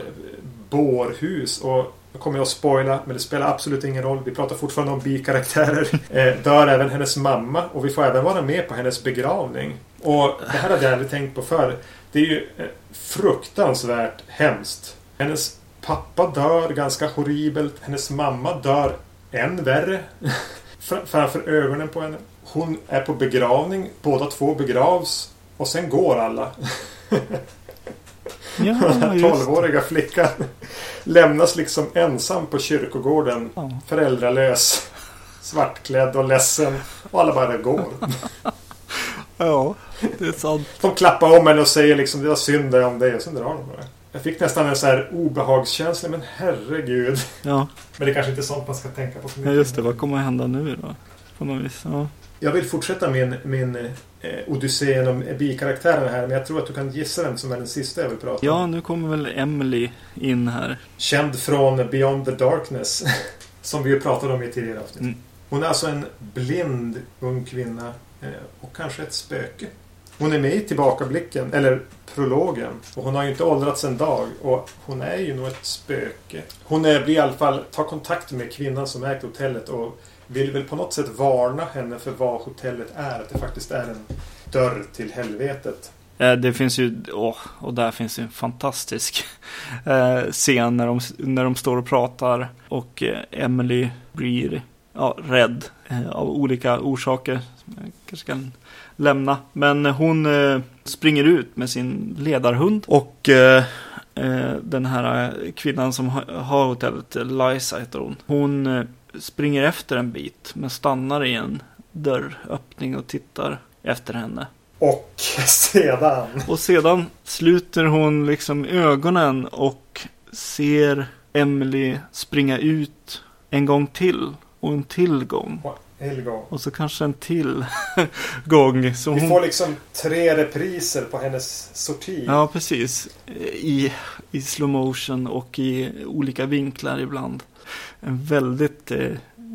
bårhus. Och nu kommer jag att spoila, men det spelar absolut ingen roll. Vi pratar fortfarande om bikaraktärer. Eh, dör även hennes mamma. Och vi får även vara med på hennes begravning. Och det här hade jag aldrig tänkt på för. Det är ju eh, fruktansvärt hemskt. Hennes pappa dör ganska horribelt. Hennes mamma dör än värre. Framför ögonen på henne. hon är på begravning, båda två begravs och sen går alla. Ja, den här tolvåriga flickan lämnas liksom ensam på kyrkogården, ja. föräldralös, svartklädd och ledsen, och alla bara går. Ja, det är sant. De klappar om henne och säger liksom det var synd om dig, och sen drar de bara. Jag fick nästan en så här obehagskänsla, men herregud. Ja. Men det är kanske inte sånt man ska tänka på. Ja, just det. Vad kommer att hända nu då? På något vis, ja. Jag vill fortsätta min, min eh, odyssé genom bikaraktärerna här, men jag tror att du kan gissa den som är den sista jag vill prata om. Ja, nu kommer väl Emily in här. Känd från Beyond the Darkness, som vi ju pratade om i tidigare avsnitt. Mm. Hon är alltså en blind ung kvinna eh, och kanske ett spöke. Hon är med i tillbakablicken, eller prologen. Och hon har ju inte åldrats en dag. Och hon är ju nog ett spöke. Hon är, blir i alla fall, tar kontakt med kvinnan som ägt hotellet. Och vill väl på något sätt varna henne för vad hotellet är. Att det faktiskt är en dörr till helvetet. Det finns ju, åh, och där finns ju en fantastisk eh, scen när de, när de står och pratar. Och eh, Emily blir ja, rädd eh, av olika orsaker. Som jag kanske kan lämna. Men hon eh, springer ut med sin ledarhund. Och eh, eh, den här kvinnan som ha, har hotellet, Liza heter hon. Hon eh, springer efter en bit. Men stannar i en dörröppning och tittar efter henne. Och sedan... Och sedan sluter hon liksom ögonen och ser Emily springa ut en gång till. Och en till gång. Och så kanske en till gång. Så vi hon... får liksom tre repriser på hennes sorti. Ja, precis. I, i slow motion och i olika vinklar ibland. En väldigt eh,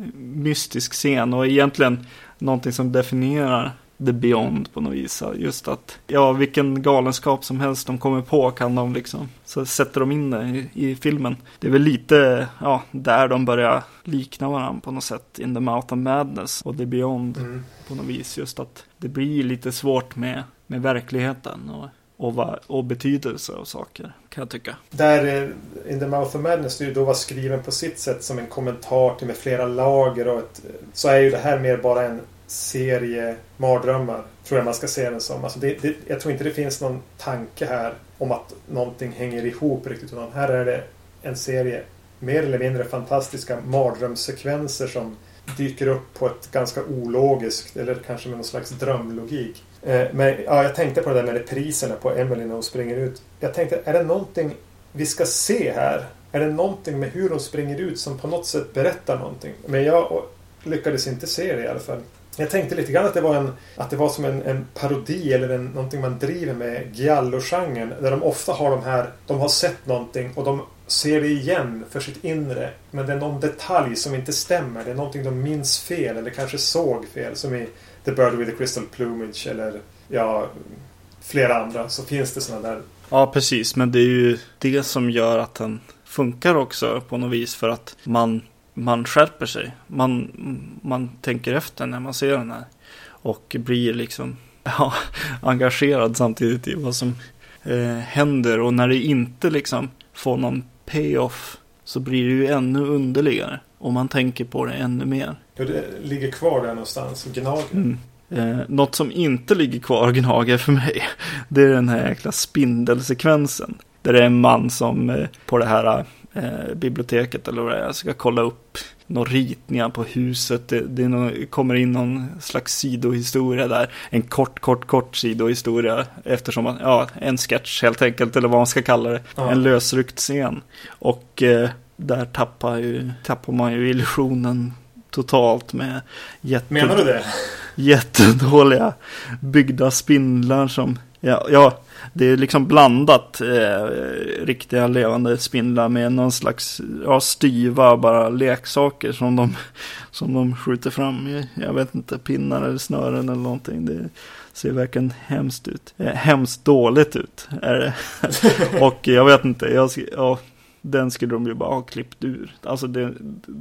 mystisk scen. Och egentligen någonting som definierar The Beyond på något vis. Just att, ja, vilken galenskap som helst de kommer på kan de liksom, så sätter de in det i, i filmen. Det är väl lite, ja, där de börjar likna varandra på något sätt. In the Mouth of Madness och The Beyond mm. på något vis. Just att det blir lite svårt med, med verkligheten och, och, va, och betydelse och saker, kan jag tycka. Där In the Mouth of Madness ju då var skriven på sitt sätt som en kommentar till med flera lager och ett, så är ju det här mer bara en serie mardrömmar, tror jag man ska se den som. Alltså det, det, jag tror inte det finns någon tanke här om att någonting hänger ihop riktigt, utan här är det en serie mer eller mindre fantastiska mardrömssekvenser som dyker upp på ett ganska ologiskt, eller kanske med någon slags drömlogik. Eh, men ja, jag tänkte på det där med repriserna på Emily när hon springer ut. Jag tänkte, är det någonting vi ska se här? Är det någonting med hur hon springer ut som på något sätt berättar någonting? Men jag lyckades inte se det i alla fall. Jag tänkte lite grann att det var, en, att det var som en, en parodi eller en, någonting man driver med giallo-genren. Där de ofta har de här, de har sett någonting och de ser det igen för sitt inre. Men det är någon detalj som inte stämmer. Det är någonting de minns fel eller kanske såg fel. Som i The Bird with the Crystal Plumage eller ja, flera andra. Så finns det sådana där. Ja, precis. Men det är ju det som gör att den funkar också på något vis. För att man... Man skärper sig. Man, man tänker efter när man ser den här. Och blir liksom ja, engagerad samtidigt i vad som eh, händer. Och när det inte liksom får någon payoff så blir det ju ännu underligare. Och man tänker på det ännu mer. Ja, det ligger kvar där någonstans och gnager. Mm. Eh, något som inte ligger kvar och gnager för mig. Det är den här jäkla spindelsekvensen. Där det är en man som eh, på det här... Eh, biblioteket eller vad det är. Jag ska kolla upp några ritningar på huset. Det, det är någon, kommer in någon slags sidohistoria där. En kort, kort, kort sidohistoria. Eftersom att, ja, en sketch helt enkelt. Eller vad man ska kalla det. Ja. En lösryckt scen. Och eh, där tappar, ju, tappar man ju illusionen totalt med jätte, Menar du det? jättedåliga byggda spindlar som, ja, ja det är liksom blandat eh, riktiga levande spindlar med någon slags ja, styva bara leksaker som de, som de skjuter fram. Jag vet inte, pinnar eller snören eller någonting. Det ser verkligen hemskt ut. Eh, hemskt dåligt ut är det. Och jag vet inte, jag, ja, den skulle de ju bara ha klippt ur. Alltså det,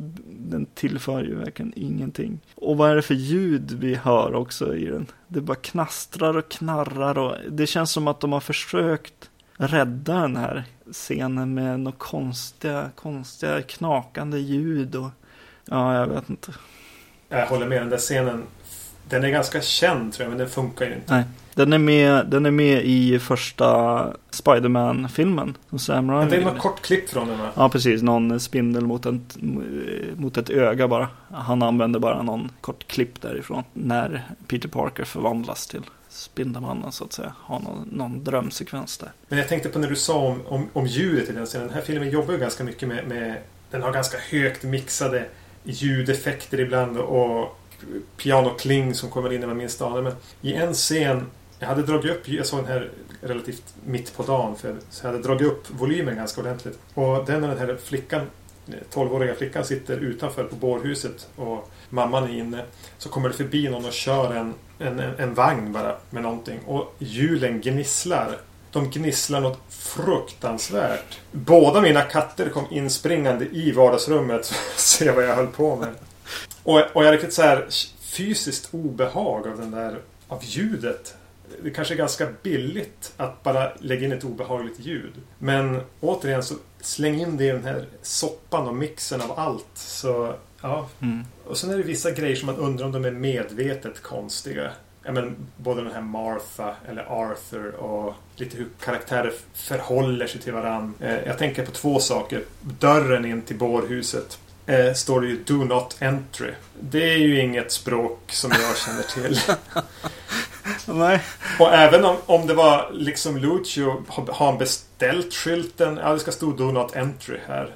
den tillför ju verkligen ingenting. Och vad är det för ljud vi hör också i den? Det bara knastrar och knarrar. Och det känns som att de har försökt rädda den här scenen med något konstiga, konstiga knakande ljud. Och, ja, jag vet inte. Jag håller med, den där scenen den är ganska känd tror jag, men den funkar ju inte. Nej. Den är med, den är med i första Spider-Man-filmen. Sam Raimi. Det är något kort klipp från den, va? Ja, precis. Någon spindel mot, en, mot ett öga bara. Han använder bara någon kort klipp därifrån. När Peter Parker förvandlas till Spindelmannen så att säga. Har någon, någon drömsekvens där. Men jag tänkte på när du sa om, om, om ljudet i den scenen. Den här filmen jobbar ju ganska mycket med, med... Den har ganska högt mixade ljudeffekter ibland och pianokling som kommer in när man minst anar. Men i en scen, jag hade dragit upp, jag såg den här relativt mitt på dagen, för så jag hade dragit upp volymen ganska ordentligt. Och den när den här flickan, tolvåriga flickan sitter utanför på bårhuset och mamman är inne, så kommer det förbi någon och kör en, en, en, en vagn bara med någonting. Och hjulen gnisslar. De gnisslar något fruktansvärt. Båda mina katter kom inspringande i vardagsrummet för att se vad jag höll på med. Och, och jag riktigt så här fysiskt obehag av den där, av ljudet. Det kanske är ganska billigt att bara lägga in ett obehagligt ljud. Men återigen så släng in det i den här soppan och mixen av allt. Så ja. Mm. Och sen är det vissa grejer som man undrar om de är medvetet konstiga. Ja, men både den här Martha eller Arthur och lite hur karaktärer förhåller sig till varann. Eh, jag tänker på två saker. Dörren in till bårhuset. Eh, står det ju Do Not Entry. Det är ju inget språk som jag känner till. Nej. Och även om, om det var liksom Lucio har han beställt skylten, ja det ska stå Do Not Entry här.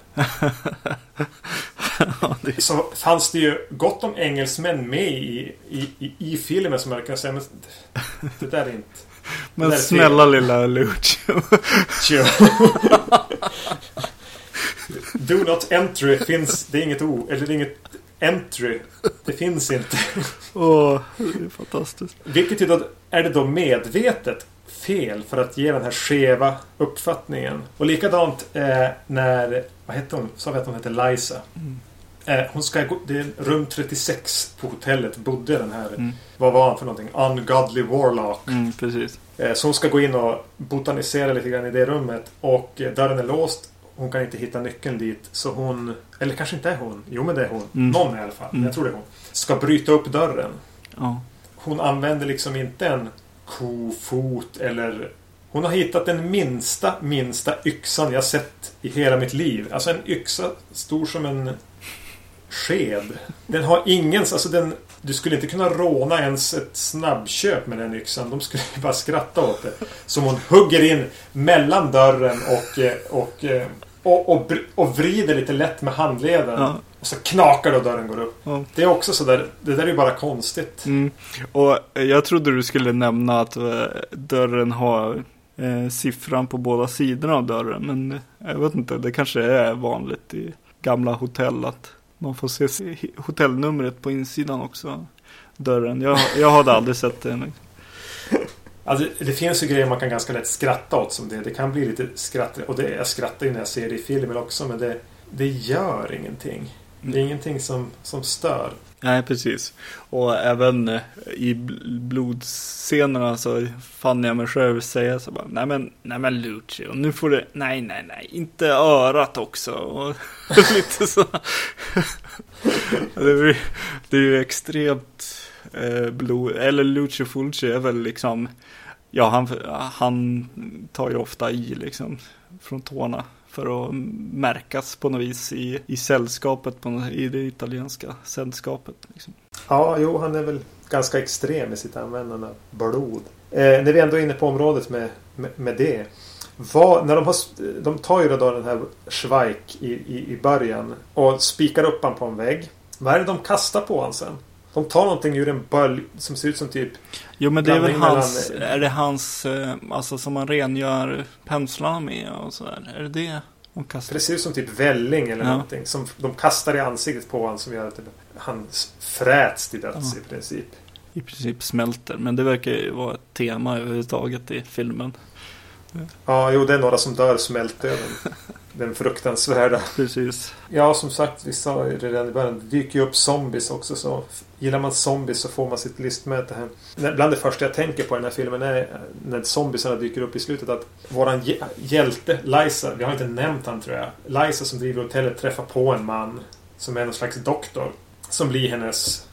Så fanns det ju gott om engelsmän med i, i, i, i filmen som jag kan säga, men det där är inte. Men där snälla lilla Lucio. Do Not Entry finns, det är inget ord, eller det är inget entry. Det finns inte. Åh, oh, det är fantastiskt. Vilket ju då, är det då medvetet fel för att ge den här skeva uppfattningen. Och likadant eh, när, vad heter hon? Så vet hon heter Liza. Mm. Eh, hon ska gå, det är rum trettiosex på hotellet, bodde den här, mm. vad var han för någonting? Ungodly Warlock. Mm, precis. Eh, så hon ska gå in och botanisera lite grann i det rummet. Och eh, dörren är låst. Hon kan inte hitta nyckeln dit. Så hon, eller kanske inte är hon. Jo men det är hon. Mm. Någon i alla fall. Mm. Jag tror det är hon. Ska bryta upp dörren. Ja. Hon använder liksom inte en kofot eller... Hon har hittat den minsta, minsta yxan jag sett i hela mitt liv. Alltså en yxa stor som en sked. Den har ingens... Alltså den, du skulle inte kunna råna ens ett snabbköp med den yxan. De skulle bara skratta åt det. Som hon hugger in mellan dörren och... och Och, och, och vrider lite lätt med handleden. Ja. Och så knakar det och dörren går upp. Ja. Det är också så där. Det där är ju bara konstigt. Mm. Och jag trodde du skulle nämna att uh, dörren har uh, siffran på båda sidorna av dörren. Men jag vet inte. Det kanske är vanligt i gamla hotell att man får se hotellnumret på insidan också. Dörren. Jag, jag hade aldrig sett det. Alltså, det finns ju grejer man kan ganska lätt skratta åt som det. Det kan bli lite skratt. Och det, jag skrattar ju när jag ser det i filmen också. Men det, det gör ingenting. Det är ingenting som, som stör. Nej, precis. Och även i blodscenerna så fann jag mig själv säga så bara, nej men, nej men Lucio, nu får du, nej nej nej, inte örat också. Och lite så. det, är, det är ju extremt eh, blod, eller Lucio Fulci är väl liksom, ja han, han tar ju ofta i liksom från tårna. För att märkas på något vis i, i sällskapet, på något, i det italienska sällskapet. Liksom. Ja, jo, han är väl ganska extrem i sitt användande av blod. Eh, när vi ändå är inne på området med, med, med det. Vad, när de, har, de tar ju då den här Schweik i, i, i början och spikar upp han på en vägg. Vad är det de kastar på han sen? De tar någonting ur en bölj som ser ut som typ... Jo, men det är väl hans... Mellan... Är det hans... Alltså som man rengör penslarna med och sådär? Är det det de kastar? Det ser ut som typ välling eller ja. någonting. Som de kastar i ansiktet på han som gör att han fräts till döds ja. i princip. I princip smälter. Men det verkar ju vara ett tema överhuvudtaget i filmen. Ja, jo, det är några som dör smältöden. Den fruktansvärda. Precis. Ja, som sagt, vi sa ju redan i början, det dyker ju upp zombies också. Så gillar man zombies så får man sitt listmäte här. Bland det första jag tänker på i den här filmen är när zombiesarna dyker upp i slutet att våran hjälte, Liza, vi har inte nämnt han tror jag. Liza som driver hotellet träffar på en man som är någon slags doktor. Som blir hennes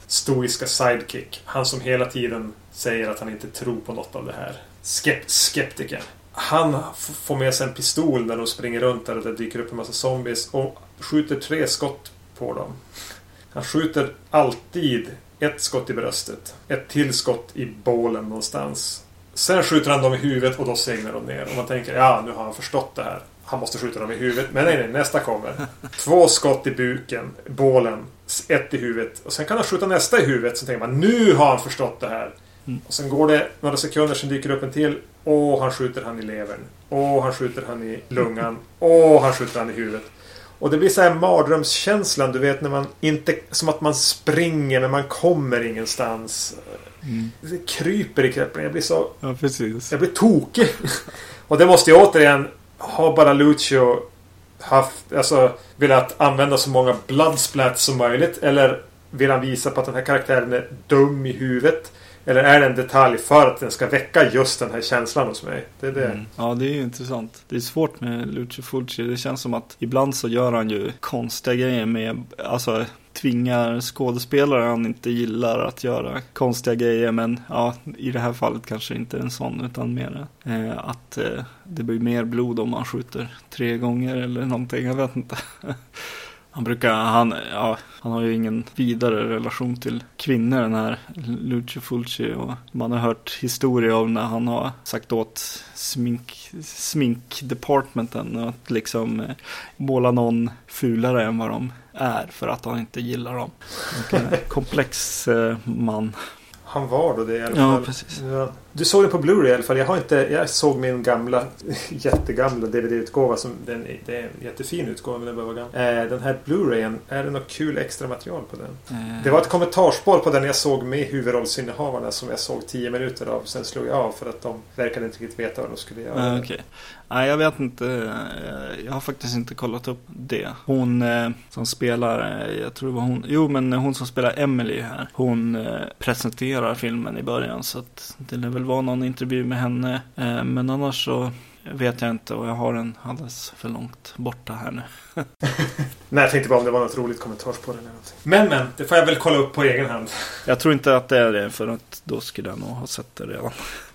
stoiska sidekick. Han som hela tiden säger att han inte tror på något av det här. Skept- skeptiker. Han f- får med sig en pistol när de springer runt där och det dyker upp en massa zombies och skjuter tre skott på dem. Han skjuter alltid ett skott i bröstet. Ett till skott i bålen någonstans. Sen skjuter han dem i huvudet och då segnar de ner. Och man tänker, ja nu har han förstått det här. Han måste skjuta dem i huvudet. Men nej, nej, nästa kommer. Två skott i buken, bålen, ett i huvudet. Och sen kan han skjuta nästa i huvudet. Så tänker man, nu har han förstått det här. Mm. Och sen går det några sekunder, sen dyker upp en till. Och han skjuter han i levern. Och han skjuter han i lungan. Och han skjuter han i huvudet. Och det blir så här mardrömskänslan, du vet, när man inte, som att man springer men man kommer ingenstans. Mm. Det kryper i kroppen. Jag blir så... Ja, precis. Jag blir tokig. Och det måste jag återigen ha bara Lucio haft, alltså velat använda så många bloodsplats som möjligt, eller vill han visa på att den här karaktären är dum i huvudet, eller är det en detalj för att den ska väcka just den här känslan hos mig? Det är det. Mm. Ja, det är ju intressant. Det är svårt med Lucio Fulci. Det känns som att ibland så gör han ju konstiga grejer med, alltså tvingar skådespelare han inte gillar att göra konstiga grejer, men ja, i det här fallet kanske inte en sån, utan mer eh, att eh, det blir mer blod om man skjuter tre gånger eller någonting, jag vet inte. Han brukar, han, ja, han har ju ingen vidare relation till kvinnor, den här Lucio Fulci, och man har hört historier om när han har sagt åt smink, sminkdepartmenten att liksom eh, måla någon fulare än vad de är för att han inte gillar dem. En komplex eh, man. Han var då det i alla fall. Ja, precis. Ja. Du såg det på Blu-ray i alla fall. Jag har inte, jag såg min gamla, jättegamla D V D-utgåva som, den, det är en jättefin utgåva, men den var gammal. Eh, den här Blu-rayen, är det något kul extra material på den? Mm. Det var ett kommentarspår på den jag såg med huvudrollsinnehavarna som jag såg tio minuter av. Sen slog jag av för att de verkade inte riktigt veta vad de skulle göra. Mm, okej. Okay. Nej, jag vet inte. Jag har faktiskt inte kollat upp det. Hon eh, som spelar, jag tror det var hon. Jo, men hon som spelar Emily här. Hon eh, presenterar filmen i början, så att det lär väl vara någon intervju med henne. Eh, men annars så vet jag inte, och jag har den alldeles för långt borta här nu. Nej, jag tänkte bara om det var något roligt kommentarspår eller något. Men, men, det får jag väl kolla upp på egen hand. Jag tror inte att det är det, för att då skulle jag nog ha sett det redan.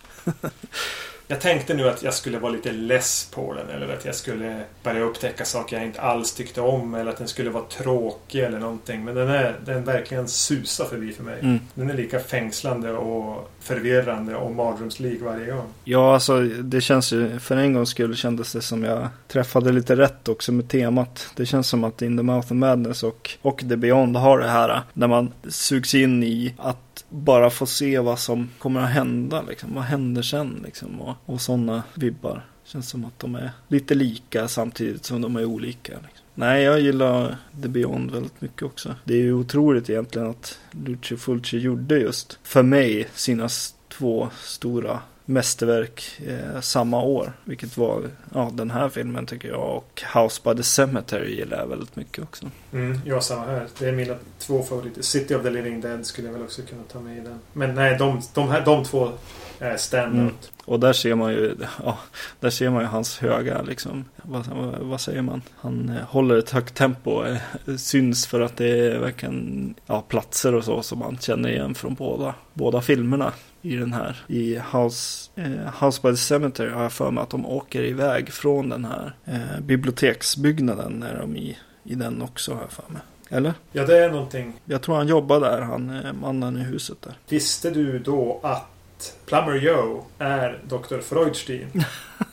Jag tänkte nu att jag skulle vara lite less på den, eller att jag skulle börja upptäcka saker jag inte alls tyckte om, eller att den skulle vara tråkig eller någonting. Men den är den verkligen susar förbi för mig. Mm. Den är lika fängslande och förvirrande och mardrömslik varje gång. Ja, alltså det känns ju, för en gång skulle kändes det som jag träffade lite rätt också med temat. Det känns som att In the Mouth of Madness och, och The Beyond har det här, när man sugs in i att bara få se vad som kommer att hända, liksom. Vad händer sen, liksom. Och, och sådana vibbar. Känns som att de är lite lika samtidigt som de är olika, liksom. Nej, jag gillar The Beyond väldigt mycket också. Det är ju otroligt egentligen att Lucio Fulci gjorde just, för mig, sina två stora mästerverk eh, samma år, vilket var ja, den här filmen tycker jag, och House by the Cemetery gillar jag väldigt mycket också. Mm, jag samma här. Det är mina två favoriter. City of the Living Dead skulle jag väl också kunna ta med i den. Men nej, de, de, här, de två är standout. Mm. Och där ser man ju ja, där ser man ju hans höga liksom, vad, vad, vad säger man? Han eh, håller ett högt tempo, eh, syns för att det är verkligen ja, platser och så som man känner igen från båda, båda filmerna i den här. I House, eh, House by the Cemetery har jag för mig att de åker iväg från den här eh, biblioteksbyggnaden när de i, i den också har jag för mig. Eller? Ja, det är någonting. Jag tror han jobbar där, han eh, mannen i huset där. Visste du då att Plumber Joe är doktor Freudstein?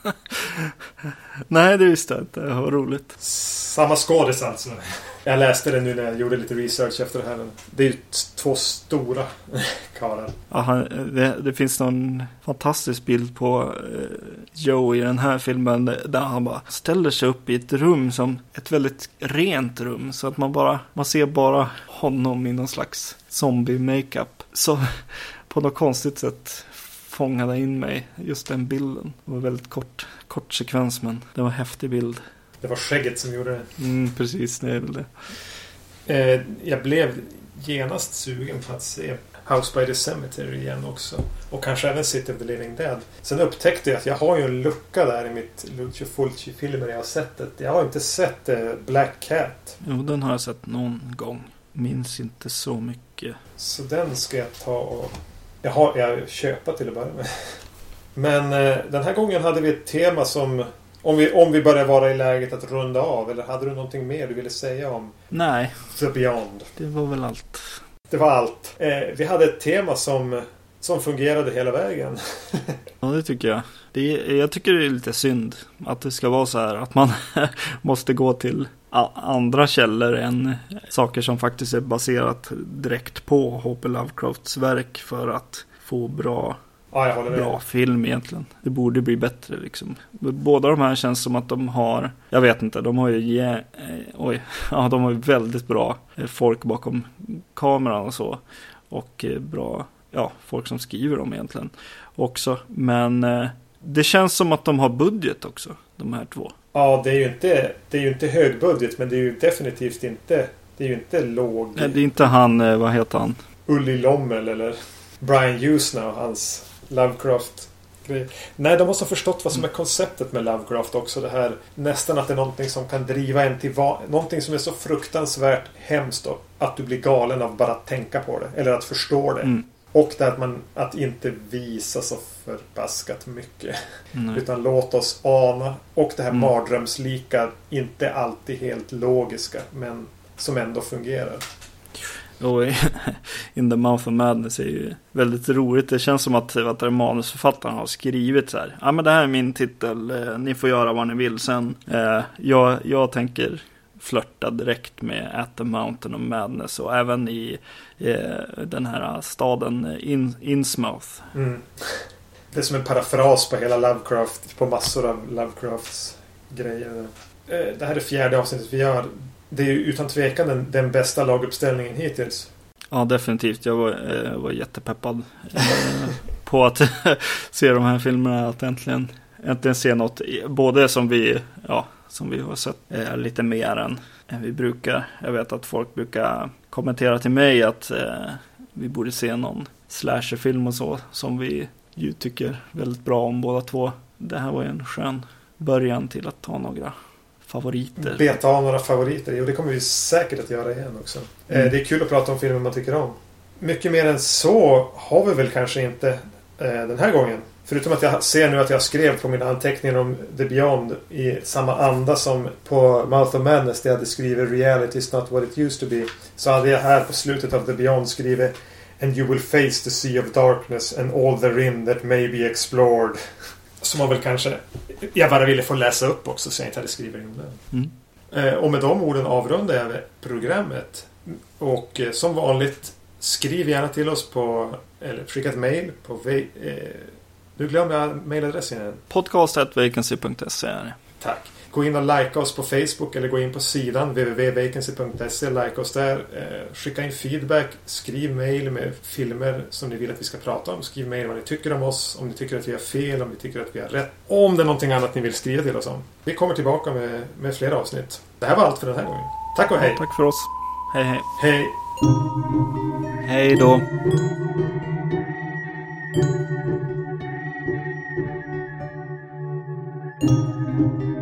Nej, det visste jag inte. Det var roligt. Samma skådis alltså. Jag läste det nu när jag gjorde lite research efter det här. Det är ju två stora karlar. Ja, han, det, det finns någon fantastisk bild på eh, Joe i den här filmen där han bara ställer sig upp i ett rum som ett väldigt rent rum, så att man bara man ser bara honom i någon slags zombie-makeup. Så på något konstigt sätt fångade in mig just den bilden. Det var en väldigt kort, kort sekvens, men det var en häftig bild. Det var skägget som gjorde det. Mm, precis, det är väl det. Eh, jag blev genast sugen på att se House by the Cemetery igen också. Och kanske även City of the Living Dead. Sen upptäckte jag att jag har ju en lucka där i mitt Lucio Fulci-filmer jag har sett det. Jag har inte sett eh, Black Cat. Jo, den har jag sett någon gång. Minns inte så mycket. mycket. Så den ska jag ta och... Jag har jag köpa till att börja med. Men eh, den här gången hade vi ett tema som... Om vi, om vi börjar vara i läget att runda av. Eller hade du någonting mer du ville säga om Nej. The Beyond? Det var väl allt. Det var allt. Eh, vi hade ett tema som, som fungerade hela vägen. Ja, det tycker jag. Det är, jag tycker det är lite synd att det ska vara så här. Att man måste gå till andra källor än saker som faktiskt är baserat direkt på H P Lovecrafts verk för att få bra... Ja, jag håller med. Bra film egentligen. Det borde bli bättre liksom. Båda de här känns som att de har, jag vet inte, de har ju ge, eh, oj, ja, de har ju väldigt bra folk bakom kameran och så. Och eh, bra, ja, folk som skriver dem egentligen också. Men eh, det känns som att de har budget också, de här två. Ja, det är ju inte, det är ju inte hög budget, men det är ju definitivt inte, det är ju inte låg. Nej, det är inte han, eh, vad heter han? Ulli Lommel eller Brian Usna och hans Lovecraft-grej. Nej, de måste ha förstått vad som är konceptet med Lovecraft också. Det här nästan att det är någonting som kan driva en till va- någonting som är så fruktansvärt hemskt då, att du blir galen av bara att tänka på det. Eller att förstå det. Mm. Och det att man att inte visa så förbaskat mycket. Mm. Utan låt oss ana. Och det här mm. mardrömslika, inte alltid helt logiska, men som ändå fungerar. Och In the Mouth of Madness är ju väldigt roligt. Det känns som att, att manusförfattaren har skrivit så här. Ja, men det här är min titel. Eh, ni får göra vad ni vill. Sen eh, jag, jag tänker flörta direkt med At the Mountain of Madness. Och även i eh, den här staden In, Innsmouth. Mm. Det är som en parafras på hela Lovecraft. På massor av Lovecrafts grejer. Eh, det här är fjärde avsnittet vi gör. Det är ju utan tvekan den, den bästa laguppställningen hittills. Ja, definitivt. Jag var, eh, var jättepeppad eh, på att se de här filmerna. Att äntligen, äntligen se något. Både som vi, ja, som vi har sett eh, lite mer än, än vi brukar. Jag vet att folk brukar kommentera till mig att eh, vi borde se någon slasherfilm och så. Som vi ju tycker väldigt bra om båda två. Det här var ju en skön början till att ta några favoriter. Beta av några favoriter. Jo, det kommer vi säkert att göra igen också. Mm. Eh, det är kul att prata om filmer man tycker om. Mycket mer än så har vi väl kanske inte eh, den här gången. Förutom att jag ser nu att jag skrev på mina anteckningar om The Beyond i samma anda som på Mouth of Madness där jag hade skrivit Reality is not what it used to be. Så hade jag här på slutet av The Beyond skrivit And you will face the sea of darkness and all therein that may be explored. Som man väl kanske jag bara ville få läsa upp också så jag inte hade skrivit in den. Mm. Eh, och med de orden avrundar jag programmet. Och eh, som vanligt skriv gärna till oss på eller skicka ett mail på eh, nu glömmer jag mailadressen igen. podcast at vacancy punkt se. Tack. Gå in och like oss på Facebook eller gå in på sidan w w w punkt vacancy punkt se. Like oss där. Eh, skicka in feedback. Skriv mail med filmer som ni vill att vi ska prata om. Skriv mail vad ni tycker om oss. Om ni tycker att vi har fel. Om ni tycker att vi har rätt. Om det är någonting annat ni vill skriva till oss om. Vi kommer tillbaka med, med flera avsnitt. Det här var allt för den här gången. Tack och hej. Ja, tack för oss. Hej hej. Hej. Hej då. Thank you.